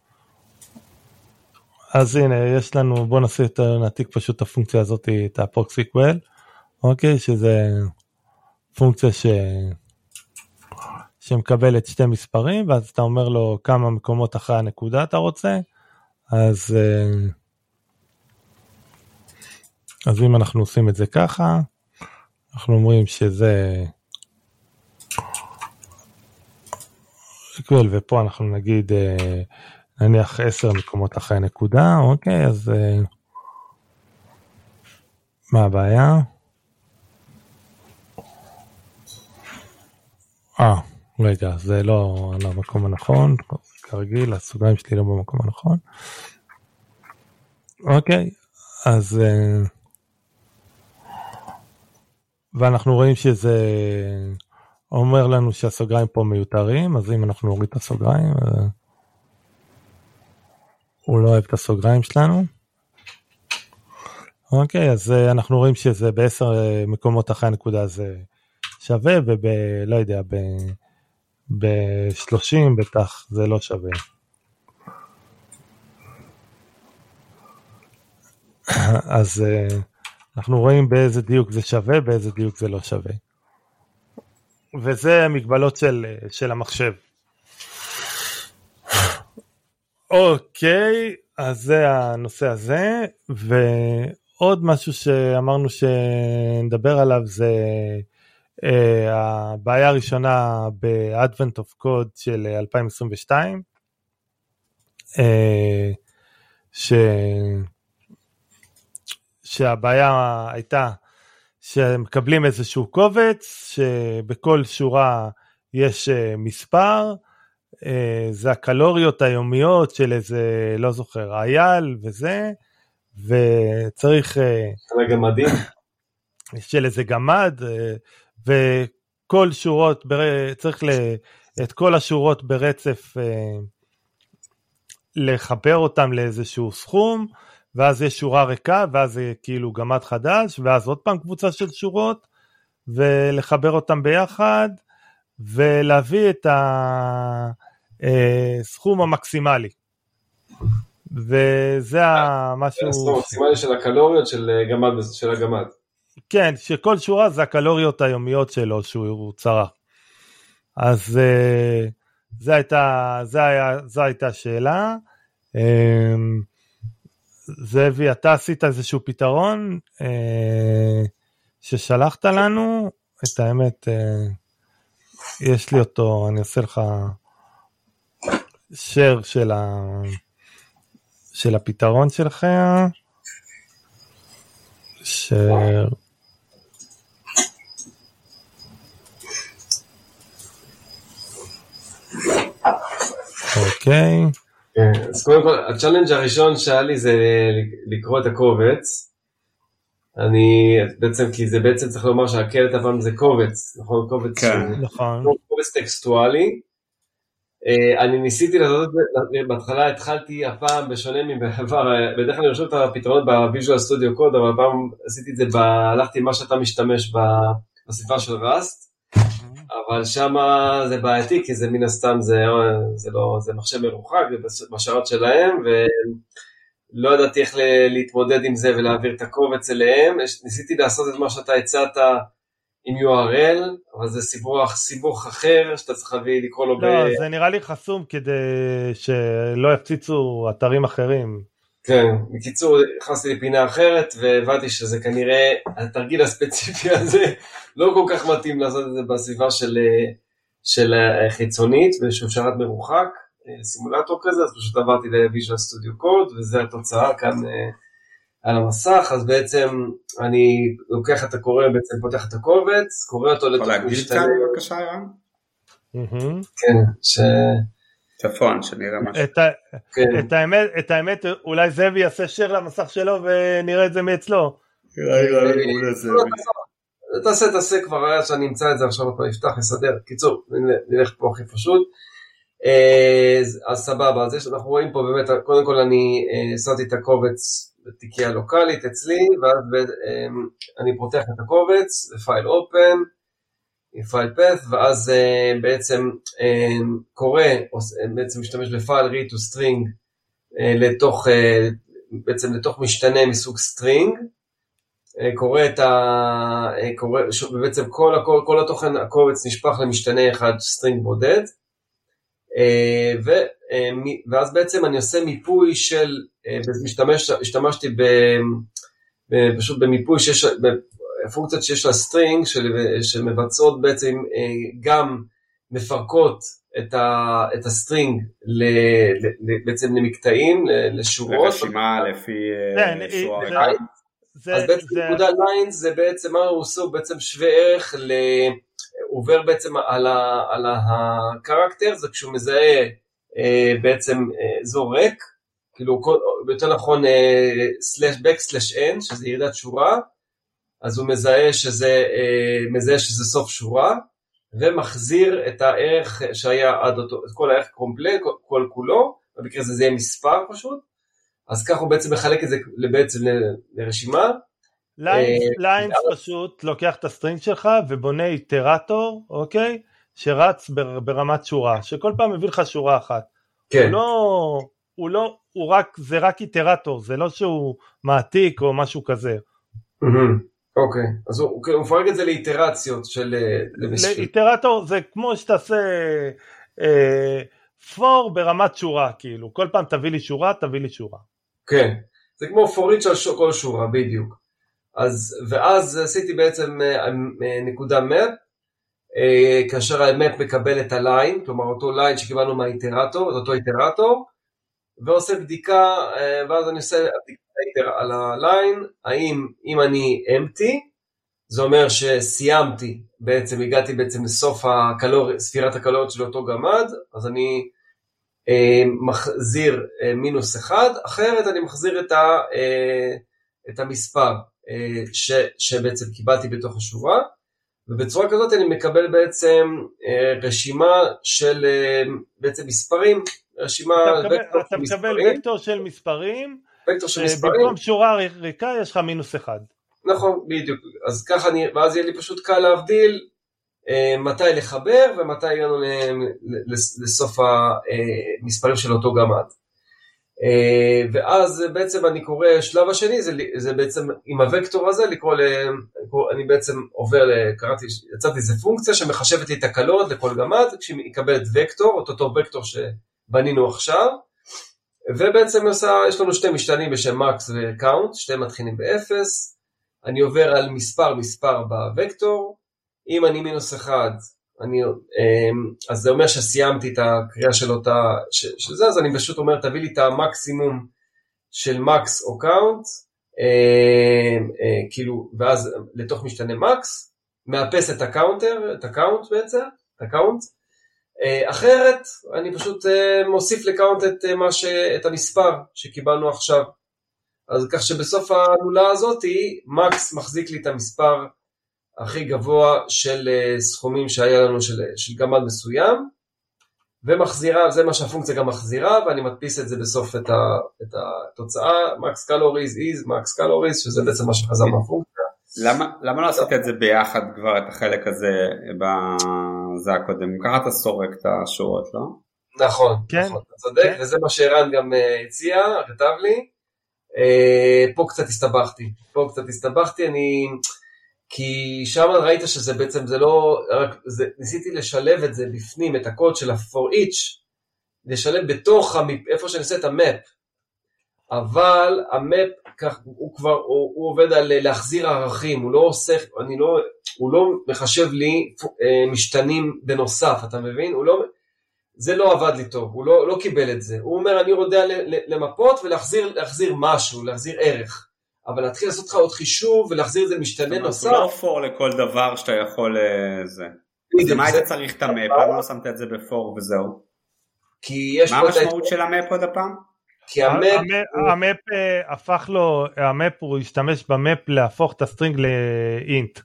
אז הנה יש לנו, בוא נעתיק פשוט את הפונקציה הזאת, את approx equal, אוקיי, שזה פונקציה שמקבלת שתי מספרים, ואז אתה אומר לו כמה מקומות אחרי הנקודה אתה רוצה, אז אם אנחנו עושים את זה ככה, אנחנו אומרים שזה equal, ופה אנחנו נגיד נניח 10 מקומות אחרי נקודה, אוקיי, אז מה הבעיה? רגע, זה לא על המקום הנכון, כרגיל, הסוגריים שלי לא במקום הנכון. אוקיי, אז ואנחנו רואים שזה אומר לנו שהסוגריים פה מיותרים, אז אם אנחנו נוריד את הסוגריים, הוא לא אוהב את הסוגריים שלנו. אוקיי, אז אנחנו רואים שזה ב10 מקומות אחרי הנקודה זה שווה, לא יודע, ב30 בטח זה לא שווה. אז אנחנו רואים באיזה דיוק זה שווה, באיזה דיוק זה לא שווה. וזה המגבלות של המחשב. אוקיי, אז זה הנושא הזה, ועוד משהו שאמרנו שנדבר עליו זה הבעיה הראשונה ב-Advent of Code של 2022, שהבעיה הייתה שמקבלים איזשהו קובץ, שבכל שורה יש מספר, זה הקלוריות היומיות של איזה, לא זוכר, אייל וזה, וצריך גמדים של איזה גמד, וכל שורות, צריך את כל השורות ברצף לחבר אותם לאיזשהו סכום, ואז יש שורה ריקה, ואז זה כאילו גמד חדש, ואז עוד פעם קבוצה של שורות, ולחבר אותם ביחד, ולהביא את הסכום המקסימלי. וזה משהו... הסכום המקסימלי של הקלוריות של הגמד. כן, שכל שורה זה הקלוריות היומיות שלו שהוא צרך. אז זו הייתה שאלה. זאבי, אתה עשית איזשהו פתרון ששלחת לנו, את האמת, יש לי אותו, אני אעשה לך share של הפתרון שלך, share, אוקיי. אז קודם כל, הצ'אלנג' הראשון שהיה לי זה לקרוא את הקובץ. בעצם, כי זה בעצם צריך לומר שהקלט הפעם זה קובץ, נכון? קובץ, נכון. קובץ טקסטואלי. אני ניסיתי לעשות את זה, בהתחלה התחלתי הפעם בשונה מבעבר, בדרך כלל אני חושב את הפתרונות בוויז'ואל סטודיו קוד, אבל הפעם עשיתי את זה, הלכתי מה שאתה משתמש בסביבה של ראסט, אבל שם זה בעייתי, כי זה מן הסתם, זה מחשב מרוחק, זה בשרת שלהם, ולא ידעתי איך להתמודד עם זה ולהעביר את הקובץ אליהם. ניסיתי לעשות את מה שאתה הצעת עם URL, אבל זה סיבוך אחר, שאתה צריך לקרוא לו לא, זה נראה לי חסום כדי שלא יפציצו אתרים אחרים. כן, בקיצור, נכנסתי לפינה אחרת, והבנתי שזה כנראה, התרגיל הספציפי הזה, לא כל כך מתאים לעשות את זה בסביבה של חיצונית, ושהוא שרת מרוחק, סימולטור כזה, אז פשוט עברתי ל-Visual Studio Code, וזו התוצאה כאן על המסך. אז בעצם אני לוקח את הקורא, בעצם פותח את הקובץ, קורא אותו לתוך משתנה. יכול להגדיל קצת בבקשה, ירן? כן, צפון, שנראה משהו. את האמת, אולי זאבי יעשה שיר למסך שלו ונראה את זה מאצלו. תעשה כבר, היה שאני אמצא את זה עכשיו, נפתח, נסדר. קיצור, נלך פה הכי פשוט. אז סבבה, אז אנחנו רואים פה באמת, קודם כל אני שמתי את הקובץ בתיקייה לוקלית אצלי, ואז אני פותח את הקובץ, פייל אופן, פייל path, ואז בעצם קורא, בעצם משתמש בפייל read to string לתוך משתנה מסוג string, קורא בעצם כל התוכן הקובץ נשפך למשתנה אחד string בודד, ואז בעצם אני עושה מיפוי של, השתמשתי פשוט במיפוי שיש, פונקציות שיש לה סטרינג שמבצעות בעצם גם מפרקות את הסטרינג בעצם למקטעים, לשורות. לרשימה לפי שורה. אז בעצם נקודה ליינס זה בעצם מה הוא עושה, הוא בעצם שווה ערך, עובר בעצם על הקרקטר, זה כשהוא מזהה בעצם אזור ריק, כאילו יותר נכון /n, שזה ירידת שורה, אז הוא מזהה שזה סוף שורה, ומחזיר את הערך שהיה עד אותו, את כל הערך קומפלט, כל כולו, במקרה זה יהיה מספר פשוט, אז כך הוא בעצם מחלק את זה בעצם לרשימה. ליינס פשוט לוקח את הסטרינג שלך ובונה איטרטור, אוקיי? שרץ ברמת שורה, שכל פעם מביא לך שורה אחת. כן. זה רק איטרטור, זה לא שהוא מעתיק או משהו כזה. אוקיי, אז הוא מפרק את זה לאיטרציות של... לאיטרטור זה כמו שתעשה for ברמת שורה, כאילו, כל פעם תביא לי שורה. כן, זה כמו for each על כל שורה, בדיוק. ואז עשיתי בעצם נקודה map, כאשר המפ מקבל את הליין, כלומר אותו ליין שקיבלנו מהאיטרטור, אותו איטרטור, ועושה בדיקה, ואז אני עושה בדיקה על הליין, האם אם אני empty, זה אומר שסיימתי, בעצם הגעתי בעצם לסוף ספירת הקלוריות של אותו גמד, אז אני מחזיר -1, אחרת אני מחזיר את המספר שבעצם קיבלתי בתוך השורה, ובצורה כזאת אני מקבל בעצם רשימה של בעצם מספרים, אתה מקבל וקטור של מספרים, במקום שורה ריקה יש לך -1. נכון, בדיוק, אז ככה ואז יהיה לי פשוט קל להבדיל מתי לחבר ומתי הגענו לסוף המספרים של אותו גמד. ואז בעצם אני קורא, שלב השני זה בעצם עם הוקטור הזה אני בעצם יצרתי איזה פונקציה שמחשבת לי את הקלוריות לכל גמד, כשהיא מקבלת וקטור, אותו וקטור שבנינו עכשיו, ובעצם יש לנו שתי משתנים בשם max ו-count, שתי מתחילים ב-0, אני עובר על מספר בוקטור, אם אני -1, אז זה אומר שסיימתי את הקריאה של זה, אז אני פשוט אומר, תביא לי את המקסימום של מקס או קאונט, כאילו, ואז לתוך משתנה מקס, מאפס את הקאונט בעצם, אחרת אני פשוט מוסיף לקאונט את המספר שקיבלנו עכשיו, אז כך שבסוף העלולה הזאת, מקס מחזיק לי את המספר הכי גבוה של סכומים שהיה לנו של גמד מסוים, ומחזירה, זה מה שהפונקציה גם מחזירה, ואני מדפיס את זה בסוף את התוצאה, max calories is max calories, שזה בעצם מה שחזר מהפונקציה. למה לא עשית את זה ביחד כבר, את החלק הזה בזה הקודם? ככה אתה סורק את השורות, לא? נכון, נכון, אתה צודק, וזה מה שערן גם הציע, כתב לי, פה קצת הסתבכתי, כי שם ראית שזה בעצם, זה לא, ניסיתי לשלב את זה בפנים, את הקוד של ה-for each, לשלב בתוך, איפה שאני עושה את המפ, אבל המפ, הוא עובד על להחזיר ערכים, הוא לא מחשב לי משתנים בנוסף, אתה מבין? זה לא עבד לי טוב, הוא לא קיבל את זה, הוא אומר, אני יודע למפות ולהחזיר משהו, להחזיר ערך. אבל להתחיל לעשות לך עוד חישוב ולהחזיר את זה משתנה נוסף. הוא לא פור לכל דבר שאתה יכול זה. אז למה היית צריך את המפ? למה לא שמת את זה בפור וזהו? מה המשמעות של המפ עוד הפעם? כי המפ הפך לו, הוא השתמש במפ להפוך את הסטרינג לאינט.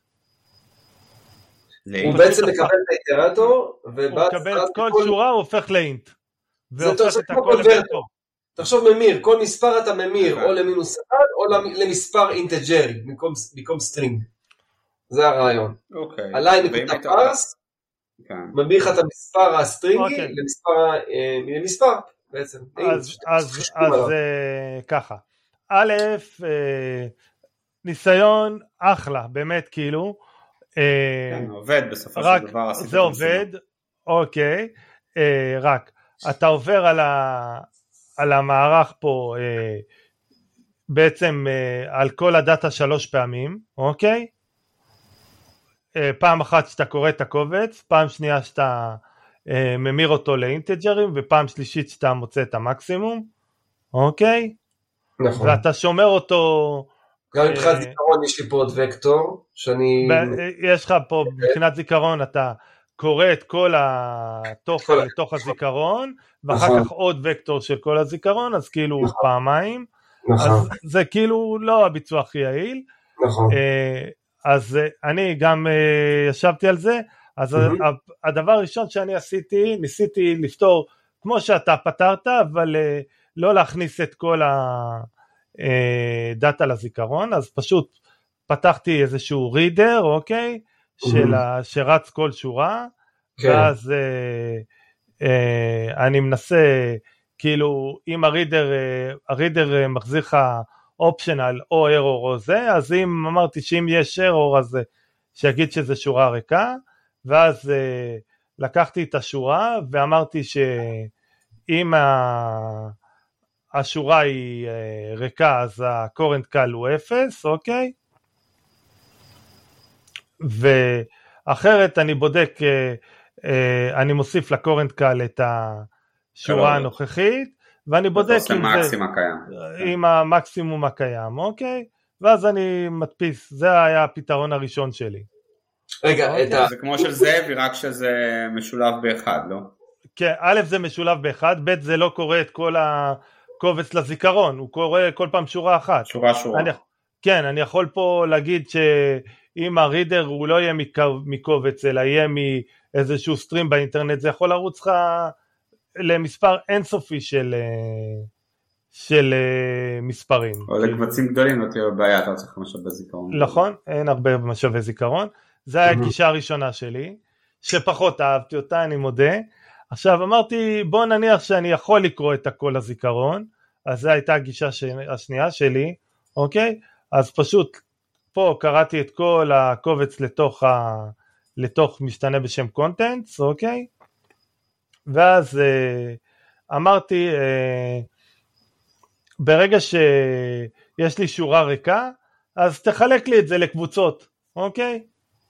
הוא בעצם מקבל את האיטרטור, הוא מקבל את כל שורה, הוא הופך לאינט. והופך את הכל לווקטור. תחשוב ממיר, כל מספר אתה ממיר או ל-1 או למספר אינטג'רי, במקום סטרינג. זה הרעיון. עליי נקודה פרס, ממיר לך את המספר הסטרינגי למספר בעצם. אז ככה, א', ניסיון אחלה, באמת כאילו. עובד בסופו של דבר. זה עובד, אוקיי, רק אתה עובר על המערך פה, בעצם על כל הדאטה 3 פעמים, אוקיי? פעם אחת שאתה קורא את הקובץ, פעם שנייה שאתה ממיר אותו לאינטג'רים, ופעם שלישית שאתה מוצא את המקסימום, אוקיי? נכון. ואתה שומר אותו... גם מבחינת זיכרון יש לי פה עוד וקטור, שאני... יש לך פה, מבחינת זיכרון אתה... קורא את כל התוכן לתוך הזיכרון, ואחר כך עוד וקטור של כל הזיכרון, אז כאילו פעמיים, אז זה כאילו לא הביצוע הכי יעיל, אז אני גם ישבתי על זה, אז הדבר הראשון שאני עשיתי, ניסיתי לפתור, כמו שאתה פתרת, אבל לא להכניס את כל הדאטה לזיכרון, אז פשוט פתחתי איזשהו רידר, אוקיי, שרץ כל שורה, ואז אני מנסה, כאילו, אם הרידר מחזיר לך אופשנל או error או זה, אז אם אמרתי שאם יש error, אז שיגיד שזה שורה ריקה, ואז לקחתי את השורה, ואמרתי אם השורה היא ריקה, אז ה-current call הוא 0, אוקיי? ואחרת אני בודק, אני מוסיף ל-current call את השורה הנוכחית, ואני בודק עם המקסימום הקיים, אוקיי? ואז אני מדפיס, זה היה הפתרון הראשון שלי. רגע, זה כמו של זאבי, רק שזה משולב באחד, לא? כן, א' זה משולב באחד, ב' זה לא קורא את כל הקובץ לזיכרון, הוא קורא כל פעם שורה אחת. שורה. כן, אני יכול פה להגיד שאם הרידר הוא לא יהיה מקובץ, אלא יהיה מאיזשהו סטרים באינטרנט, זה יכול לרוץ לך למספר אינסופי של מספרים. או לקבצים גדולים, לא תהיה בעיה, אתה צריך משאב בזיכרון. נכון, אין הרבה משאבי זיכרון. זה היה הגישה הראשונה שלי, שפחות אהבתי אותה, אני מודה. עכשיו אמרתי, בוא נניח שאני יכול לקרוא את הכל לזיכרון, אז זו הייתה הגישה השנייה שלי, אוקיי? אז פשוט פה קראתי את כל הקובץ לתוך משתנה בשם contents, אוקיי? ואז אמרתי, ברגע שיש לי שורה ריקה, אז תחלק לי את זה לקבוצות, אוקיי?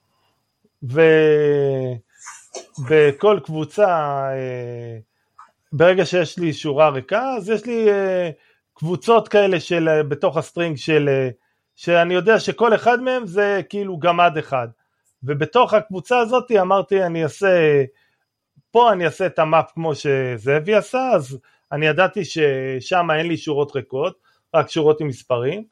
ובכל קבוצה, ברגע שיש לי שורה ריקה, אז יש לי קבוצות כאלה בתוך הסטרינג שאני יודע שכל אחד מהם זה כאילו גמד אחד. ובתוך הקבוצה הזאת אמרתי, אני אעשה את המאפ כמו שזאבי עשה, אז אני ידעתי ששם אין לי שורות ריקות, רק שורות עם מספרים,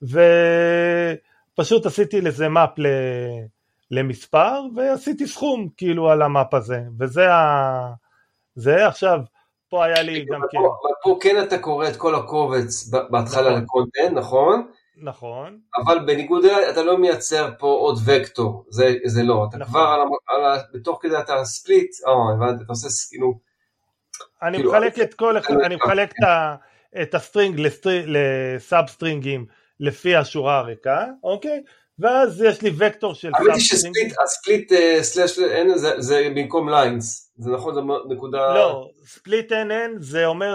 ופשוט עשיתי לזה מאפ למספר, ועשיתי סכום כאילו על המאפ הזה, וזה עכשיו, פה היה לי גם כן. פה כן אתה קורא את כל הקובץ בהתחלה לקונטנט, נכון? נכון. אבל בניגוד אליי, אתה לא מייצר פה עוד וקטור, זה לא, אתה כבר בתוך כדי אתה ספליט, הבנתי, אתה עושה כאילו, אני מחלק את כל אחד, אני מחלק את הסטרינג לסאב סטרינגים לפי השורה הריקה, אוקיי? ואז יש לי וקטור של סאב סטרינג. הספליט סלש n זה במקום ליינס, זה נכון, זה נקודה... לא, ספליט n זה אומר,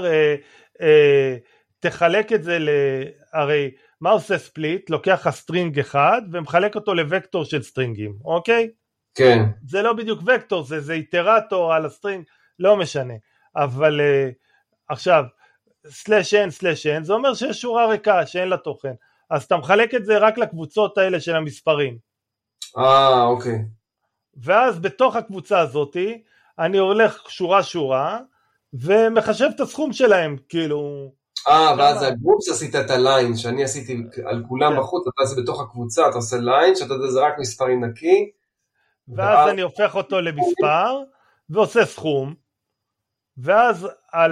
תחלק את זה הרי מה עושה ספליט? לוקח הסטרינג אחד ומחלק אותו לוקטור של סטרינגים, אוקיי? כן. זה לא בדיוק וקטור, זה איטרטור על הסטרינג, לא משנה. אבל עכשיו, /n/n, זה אומר שיש שורה ריקה שאין לה תוכן, אז אתה מחלק את זה רק לקבוצות האלה של המספרים. אוקיי. ואז בתוך הקבוצה הזאת, אני הולך שורה, ומחשב את הסכום שלהם, כאילו... ואז הגרופס עשית את הליין, שאני עשיתי על כולם בחוץ, אתה עושה בתוך הקבוצה, אתה עושה ליין, שאתה יודע זה רק מספרים נקי. ואז אני הופך אותו למספר, ועושה סכום, ואז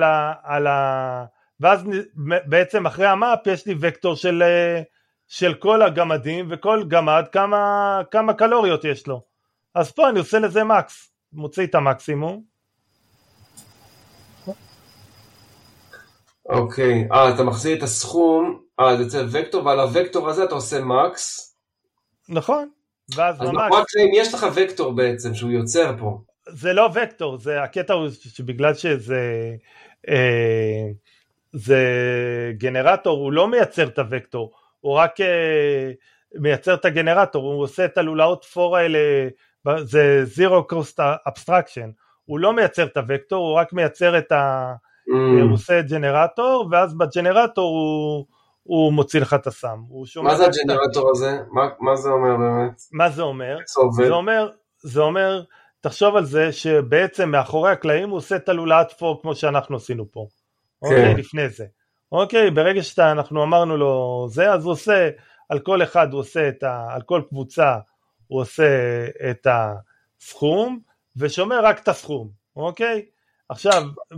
ואז בעצם אחרי המאפ יש לי וקטור של כל הגמדים, וכל גמד כמה קלוריות יש לו. אז פה אני עושה לזה מקס, מוציא את המקסימום. אוקיי, אתה מחזיר את הסכום, זה יוצא וקטור, ועל הוקטור הזה אתה עושה מקס. נכון, ואז אז נכון, אם יש לך וקטור בעצם, שהוא יוצר פה. זה לא וקטור, זה הקטע הוא שבגלל שזה גנרטור, הוא לא מייצר את הוקטור, הוא רק מייצר את הגנרטור, הוא עושה את הלולאות פור האלה, זה zero cost abstraction, הוא לא מייצר את הוקטור, הוא רק מייצר את הוא עושה ג'נרטור, ואז בג'נרטור הוא מוציא לך את הסם. מה זה הג'נרטור הזה? מה זה אומר באמת? מה זה אומר? זה אומר, תחשוב על זה שבעצם מאחורי הקלעים הוא עושה את הלולאת פור כמו שאנחנו עשינו פה. אוקיי, לפני זה. אוקיי, ברגע שאנחנו אמרנו לו זה, אז הוא עושה, על כל אחד הוא עושה על כל קבוצה הוא עושה את הסכום, ושומר רק את הסכום. אוקיי? עכשיו,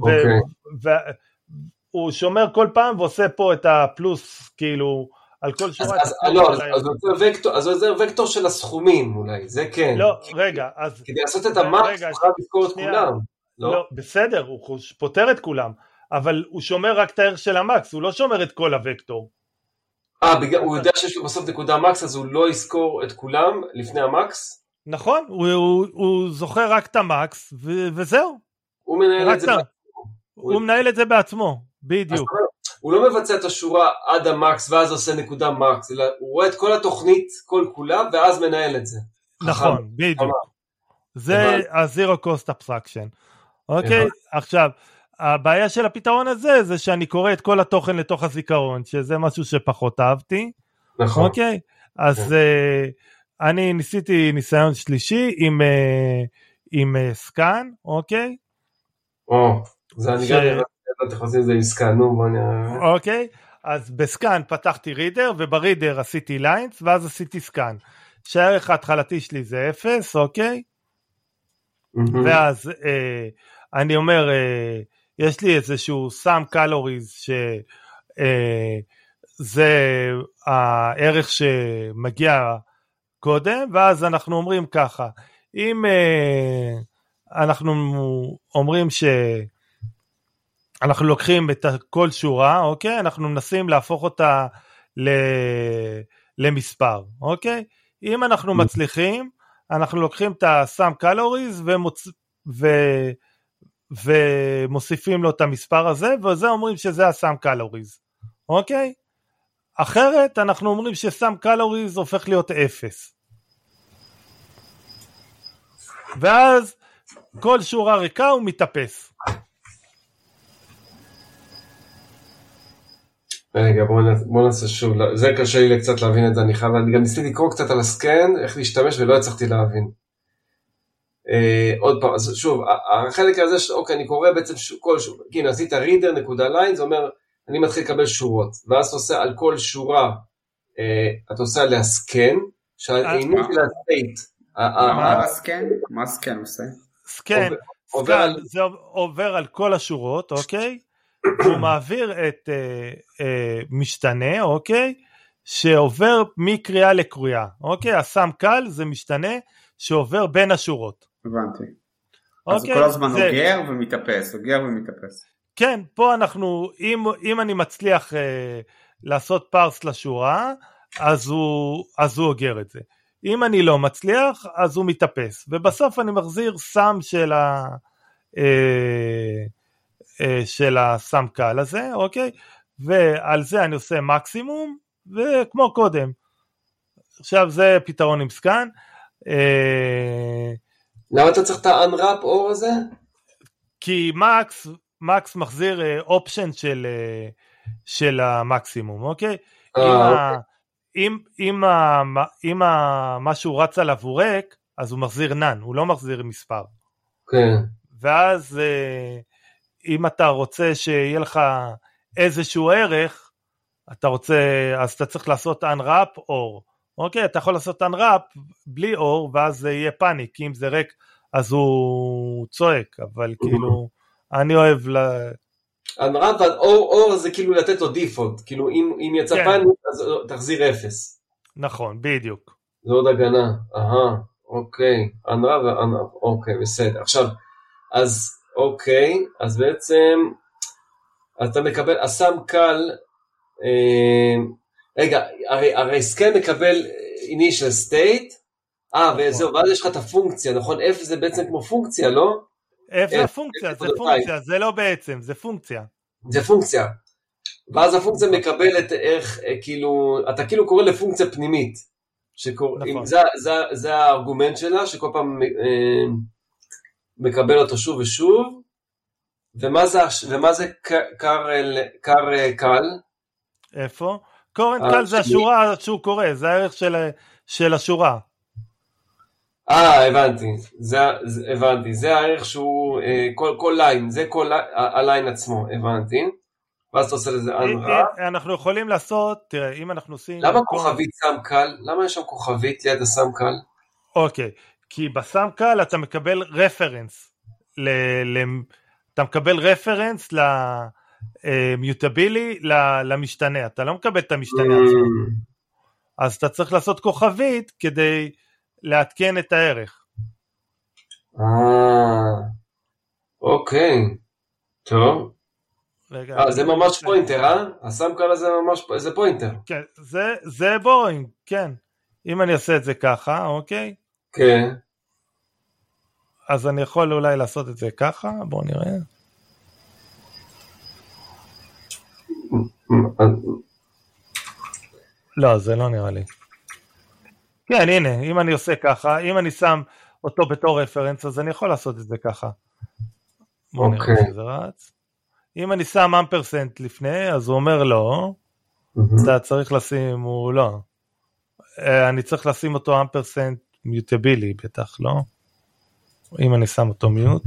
הוא שומר כל פעם ועושה פה את הפלוס, כאילו, על כל שורה. אז זה וקטור של הסכומים אולי, זה כן. לא, רגע, אז... כדי לעשות את המקס, הוא חייב לזכור את כולם. לא, בסדר, הוא פותר את כולם, אבל הוא שומר רק את הערך של המקס, הוא לא שומר את כל הוקטור. הוא יודע שיש לו בסוף נקודה מקס, אז הוא לא יזכור את כולם לפני המקס? נכון, הוא זוכר רק את המקס, וזהו. הוא מנהל את זה. הוא מנהל את זה בעצמו, בדיוק. הוא לא מבצע את השורה עד המקס ואז עושה נקודה מקס, אלא הוא רואה את כל התוכנית, כל כולה, ואז מנהל את זה. נכון, בדיוק. זה ה-Zero Cost Abstraction. אוקיי? עכשיו, הבעיה של הפתרון הזה, זה שאני קורא את כל התוכן לתוך הזיכרון, שזה משהו שפחות אהבתי. נכון. אוקיי? אז אני ניסיתי ניסיון שלישי עם סקאן, אוקיי? זה אני גם נראה, אתם חושבים זה עם סקאן, נו בוא נראה. אוקיי, אז בסקאן פתחתי רידר, וברידר עשיתי ליינס, ואז עשיתי סקאן. שהערך ההתחלתי שלי זה 0, אוקיי? ואז אני אומר, יש לי איזשהו sum calories, שזה הערך שמגיע קודם, ואז אנחנו אומרים ככה, אם אנחנו אומרים שאנחנו לוקחים את כל שורה, אוקיי? אנחנו מנסים להפוך אותה למספר, אוקיי? אם אנחנו מצליחים, אנחנו לוקחים את ה-sum calories ומוסיפים לו את המספר הזה, וזה אומרים שזה ה-sum calories, אוקיי? אחרת אנחנו אומרים ש-sum calories הופך להיות 0. ואז כל שורה ריקה הוא מתאפס. רגע, בוא נעשה שוב, זה קשה לי קצת להבין את זה, אני גם ניסיתי לקרוא קצת על הסקן, איך להשתמש ולא הצלחתי להבין. עוד פעם, אז שוב, החלק הזה, אוקיי, אני קורא בעצם כל שורה, הנה, עשית reader נקודה line, זה אומר, אני מתחיל לקבל שורות, ואז אתה עושה על כל שורה, אתה עושה עליה סקן, שהעינות של הסטייט, מה הסקן עושה? סקן, זה עובר על כל השורות, אוקיי? הוא מעביר את משתנה, אוקיי? שעובר מקריאה לקריאה, אוקיי? הסם קל זה משתנה שעובר בין השורות. הבנתי. אז הוא כל הזמן אוגר ומתאפס, אוגר ומתאפס. כן, פה אנחנו, אם אני מצליח לעשות פארס לשורה, אז הוא אוגר את זה. אם אני לא מצליח, אז הוא מתאפס. ובסוף אני מחזיר סם של הסם קל הזה, אוקיי? ועל זה אני עושה מקסימום, וכמו קודם. עכשיו זה פתרון עם סקן. למה אתה צריך את ה-unwrap אור הזה? כי מקס מחזיר אופשן של המקסימום, אוקיי? אם משהו רץ עליו הוא ריק, אז הוא מחזיר none, הוא לא מחזיר מספר. כן. ואז אם אתה רוצה שיהיה לך איזשהו ערך, אז אתה צריך לעשות unwrap אור. אוקיי, אתה יכול לעשות unwrap בלי אור, ואז זה יהיה פאניק, כי אם זה ריק, אז הוא צועק, אבל כאילו, אני אוהב unwrap אור זה כאילו לתת לו דיפולט, כאילו אם יצא פאניק, אז תחזיר 0. נכון, בדיוק. זה עוד הגנה, אוקיי, unwrap, אוקיי, בסדר. עכשיו, אז אוקיי, אז בעצם, אתה מקבל, הסם קל, רגע, הרי סקן מקבל initial state, וזהו, ואז יש לך את הפונקציה, נכון? F זה בעצם כמו פונקציה, לא? F זה פונקציה, זה לא בעצם, זה פונקציה. זה פונקציה. ואז הפונקציה מקבלת ערך, כאילו, אתה כאילו קורא לפונקציה פנימית, זה הארגומנט שלה, שכל פעם מקבל אותו שוב ושוב, ומה זה קל? איפה? קורנט קל זה השורה שהוא קורא, זה הערך של השורה. הבנתי, זה הערך שהוא, כל ליין, זה כל הליין עצמו, הבנתי. ואז אתה עושה לזה unwrap. אנחנו יכולים לעשות, תראה, אם אנחנו עושים... למה כוכבית סם קל? למה יש שם כוכבית ליד הסם קל? אוקיי, כי בסם קל אתה מקבל רפרנס, אתה מקבל רפרנס למיוטבילי, למשתנה, אתה לא מקבל את המשתנה עצמו. אז אתה צריך לעשות כוכבית כדי לעדכן את הערך. אוקיי, טוב. זה ממש פוינטר, הסם קל הזה ממש, זה פוינטר. כן, זה בורינג, כן. אם אני אעשה את זה ככה, אוקיי? כן. אז אני יכול אולי לעשות את זה ככה, בואו נראה. לא, זה לא נראה לי. כן, הנה, אם אני עושה ככה, אם אני שם אותו בתור רפרנס, אז אני יכול לעשות את זה ככה. בואו נראה שזה רץ. אם אני שם אמפרסנט לפני, אז הוא אומר לא, אתה צריך לשים, הוא לא. אני צריך לשים אותו אמפרסנט מיוטבילי, בטח, לא? אם אני שם אותו מיוט.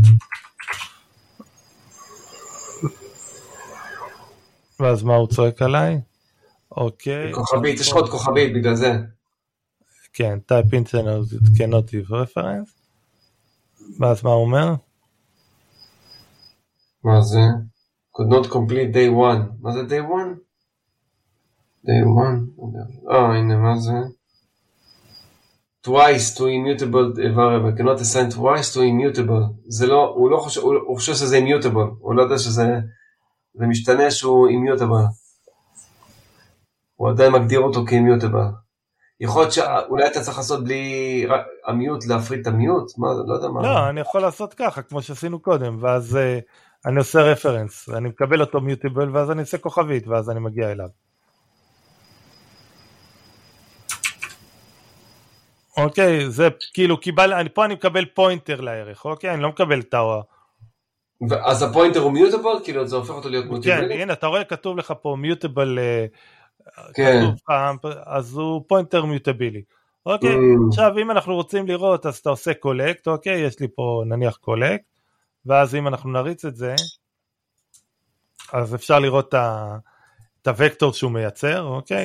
ואז מה הוא צועק עליי? אוקיי. כוכבית, יש עוד כוכבית בגלל זה. כן, type internet cannot give reference. ואז מה הוא אומר? מה זה? could not complete day one. מה זה day one? day one. הנה, מה זה? twice to immutable variable. cannot assign twice to immutable. זה לא, הוא לא חושב, הוא חושב שזה immutable. הוא לא יודע שזה משתנה שהוא immutable. הוא עדיין מגדיר אותו כ-immutable. יכול להיות שאולי אתה צריך לעשות בלי המיוט, להפריד את המיוט? מה, לא יודע מה. לא, אני יכול לעשות ככה, כמו שעשינו קודם, ואז אני עושה רפרנס, אני מקבל אותו מיוטיבל, ואז אני עושה כוכבית, ואז אני מגיע אליו. אוקיי, זה כאילו, פה אני מקבל פוינטר לערך, אוקיי? אני לא מקבל את ה... אז הפוינטר הוא מיוטבל? כאילו זה הופך אותו להיות מיוטבל? כן, הנה, אתה רואה, כתוב לך פה מיוטבל, כתוב לך, אז הוא פוינטר מיוטבילי. אוקיי, עכשיו אם אנחנו רוצים לראות, אז אתה עושה קולקט, אוקיי? יש לי פה נניח קולקט, ואז אם אנחנו נריץ את זה, אז אפשר לראות את הוקטור שהוא מייצר, אוקיי?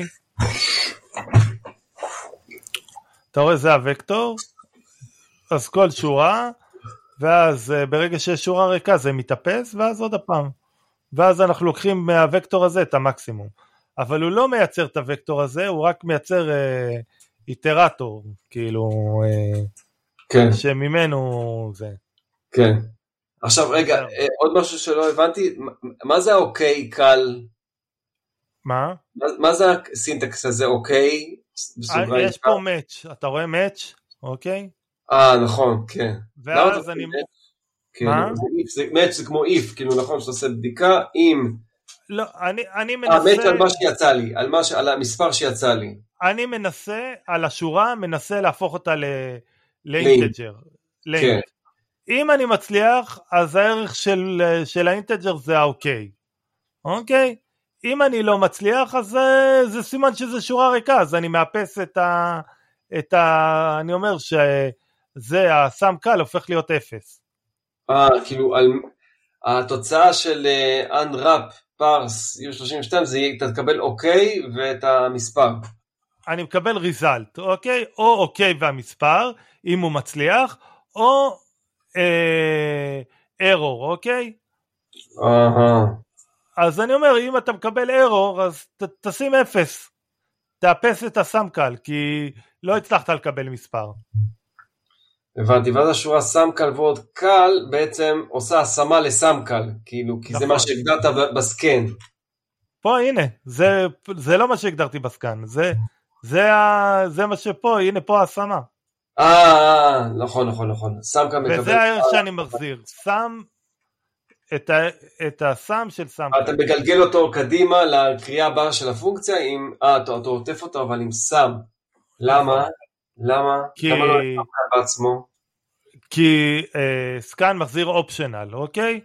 אתה רואה, זה הוקטור, אז כל שורה, ואז ברגע שיש שורה ריקה זה מתאפס, ואז עוד הפעם. ואז אנחנו לוקחים מהוקטור הזה את המקסימום. אבל הוא לא מייצר את הוקטור הזה, הוא רק מייצר איטרטור, כאילו, כן. שממנו זה. כן. עכשיו רגע, עוד משהו שלא הבנתי, מה זה האוקיי קל? מה? מה זה הסינטקס הזה, אוקיי? יש פה מאץ', אתה רואה מאץ', אוקיי? נכון, כן. ואז אני... מה? מאץ' זה כמו if, כאילו נכון שאתה עושה בדיקה עם... לא, אני מנסה... מאץ' על מה שיצא לי, על המספר שיצא לי. אני מנסה, על השורה, מנסה להפוך אותה לאינטג'ר. כן. אם אני מצליח, אז הערך של האינטג'ר זה האוקיי. אוקיי? אם אני לא מצליח, אז זה סימן שזה שורה ריקה, אז אני מאפס אני אומר שזה, הסם קל הופך להיות 0. כאילו, התוצאה של unwrap parse U32, זה אתה תקבל אוקיי ואת המספר. אני מקבל result, אוקיי? או אוקיי והמספר, אם הוא מצליח, או error, אוקיי? אז אני אומר, אם אתה מקבל error, אז תשים 0. תאפס את הסם קל, כי לא הצלחת לקבל מספר. הבנתי, ואז השורה סם קל ועוד קל, בעצם עושה השמה לסם קל, כאילו, כי זה מה שהגדרת בסקן. פה, הנה, זה לא מה שהגדרתי בסקן, זה מה שפה, הנה פה השמה. נכון. סם קל מקבל... וזה הערך שאני מחזיר, סם... את הסם של סם. אתה מגלגל אותו קדימה לקריאה הבאה של הפונקציה, אתה עוטף אותו אבל עם סם. למה? למה לא נפתח בעצמו? כי סקן מחזיר אופשנל, אוקיי?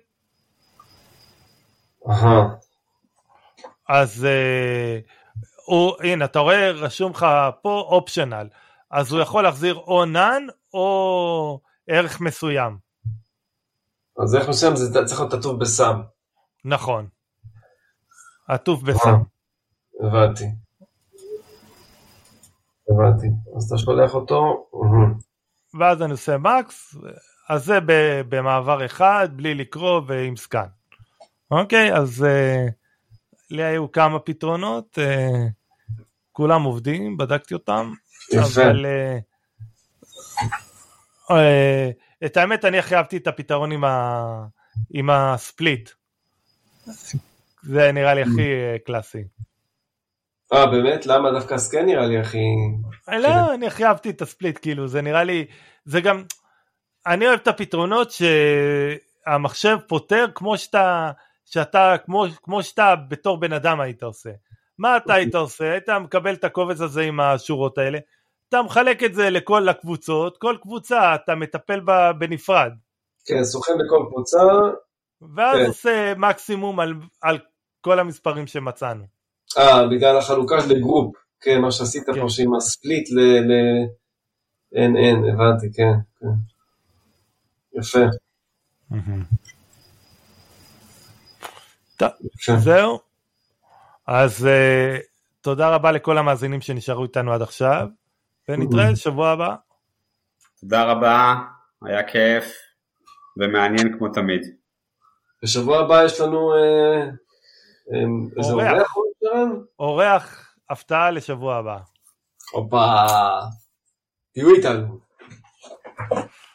אז הנה, אתה רואה, רשום לך פה אופשנל, אז הוא יכול להחזיר או נאן או ערך מסוים. אז ערך מסוים זה צריך להיות עטוף בסם. נכון. עטוף בסם. הבנתי. אז אתה שולח אותו. ואז אני עושה מקס, אז זה במעבר אחד, בלי לקרוא ועם סקן. אוקיי, אז לי היו כמה פתרונות, כולם עובדים, בדקתי אותם. יפה. אבל... את האמת אני הכי אהבתי את הפתרון עם הספליט, זה נראה לי הכי קלאסי. באמת? למה דווקא הסקן נראה לי הכי... לא, אני הכי אהבתי את הספליט, כאילו זה נראה לי, זה גם, אני אוהב את הפתרונות שהמחשב פותר, כמו שאתה, כמו שאתה בתור בן אדם היית עושה. מה אתה היית עושה? היית מקבל את הקובץ הזה עם השורות האלה, אתה מחלק את זה לכל הקבוצות, כל קבוצה אתה מטפל בה בנפרד. כן, סוכן בכל קבוצה. ואז עושה מקסימום על כל המספרים שמצאנו. בגלל החלוקה לגרופ, כן, מה שעשית פה שעם הספליט אין, הבנתי, כן. יפה. טוב, זהו. אז תודה רבה לכל המאזינים שנשארו איתנו עד עכשיו, ונתראה שבוע הבא. תודה רבה, היה כיף ומעניין כמו תמיד. בשבוע הבא יש לנו איזה אורח הפתעה לשבוע הבא. הופה, תהיו איתנו.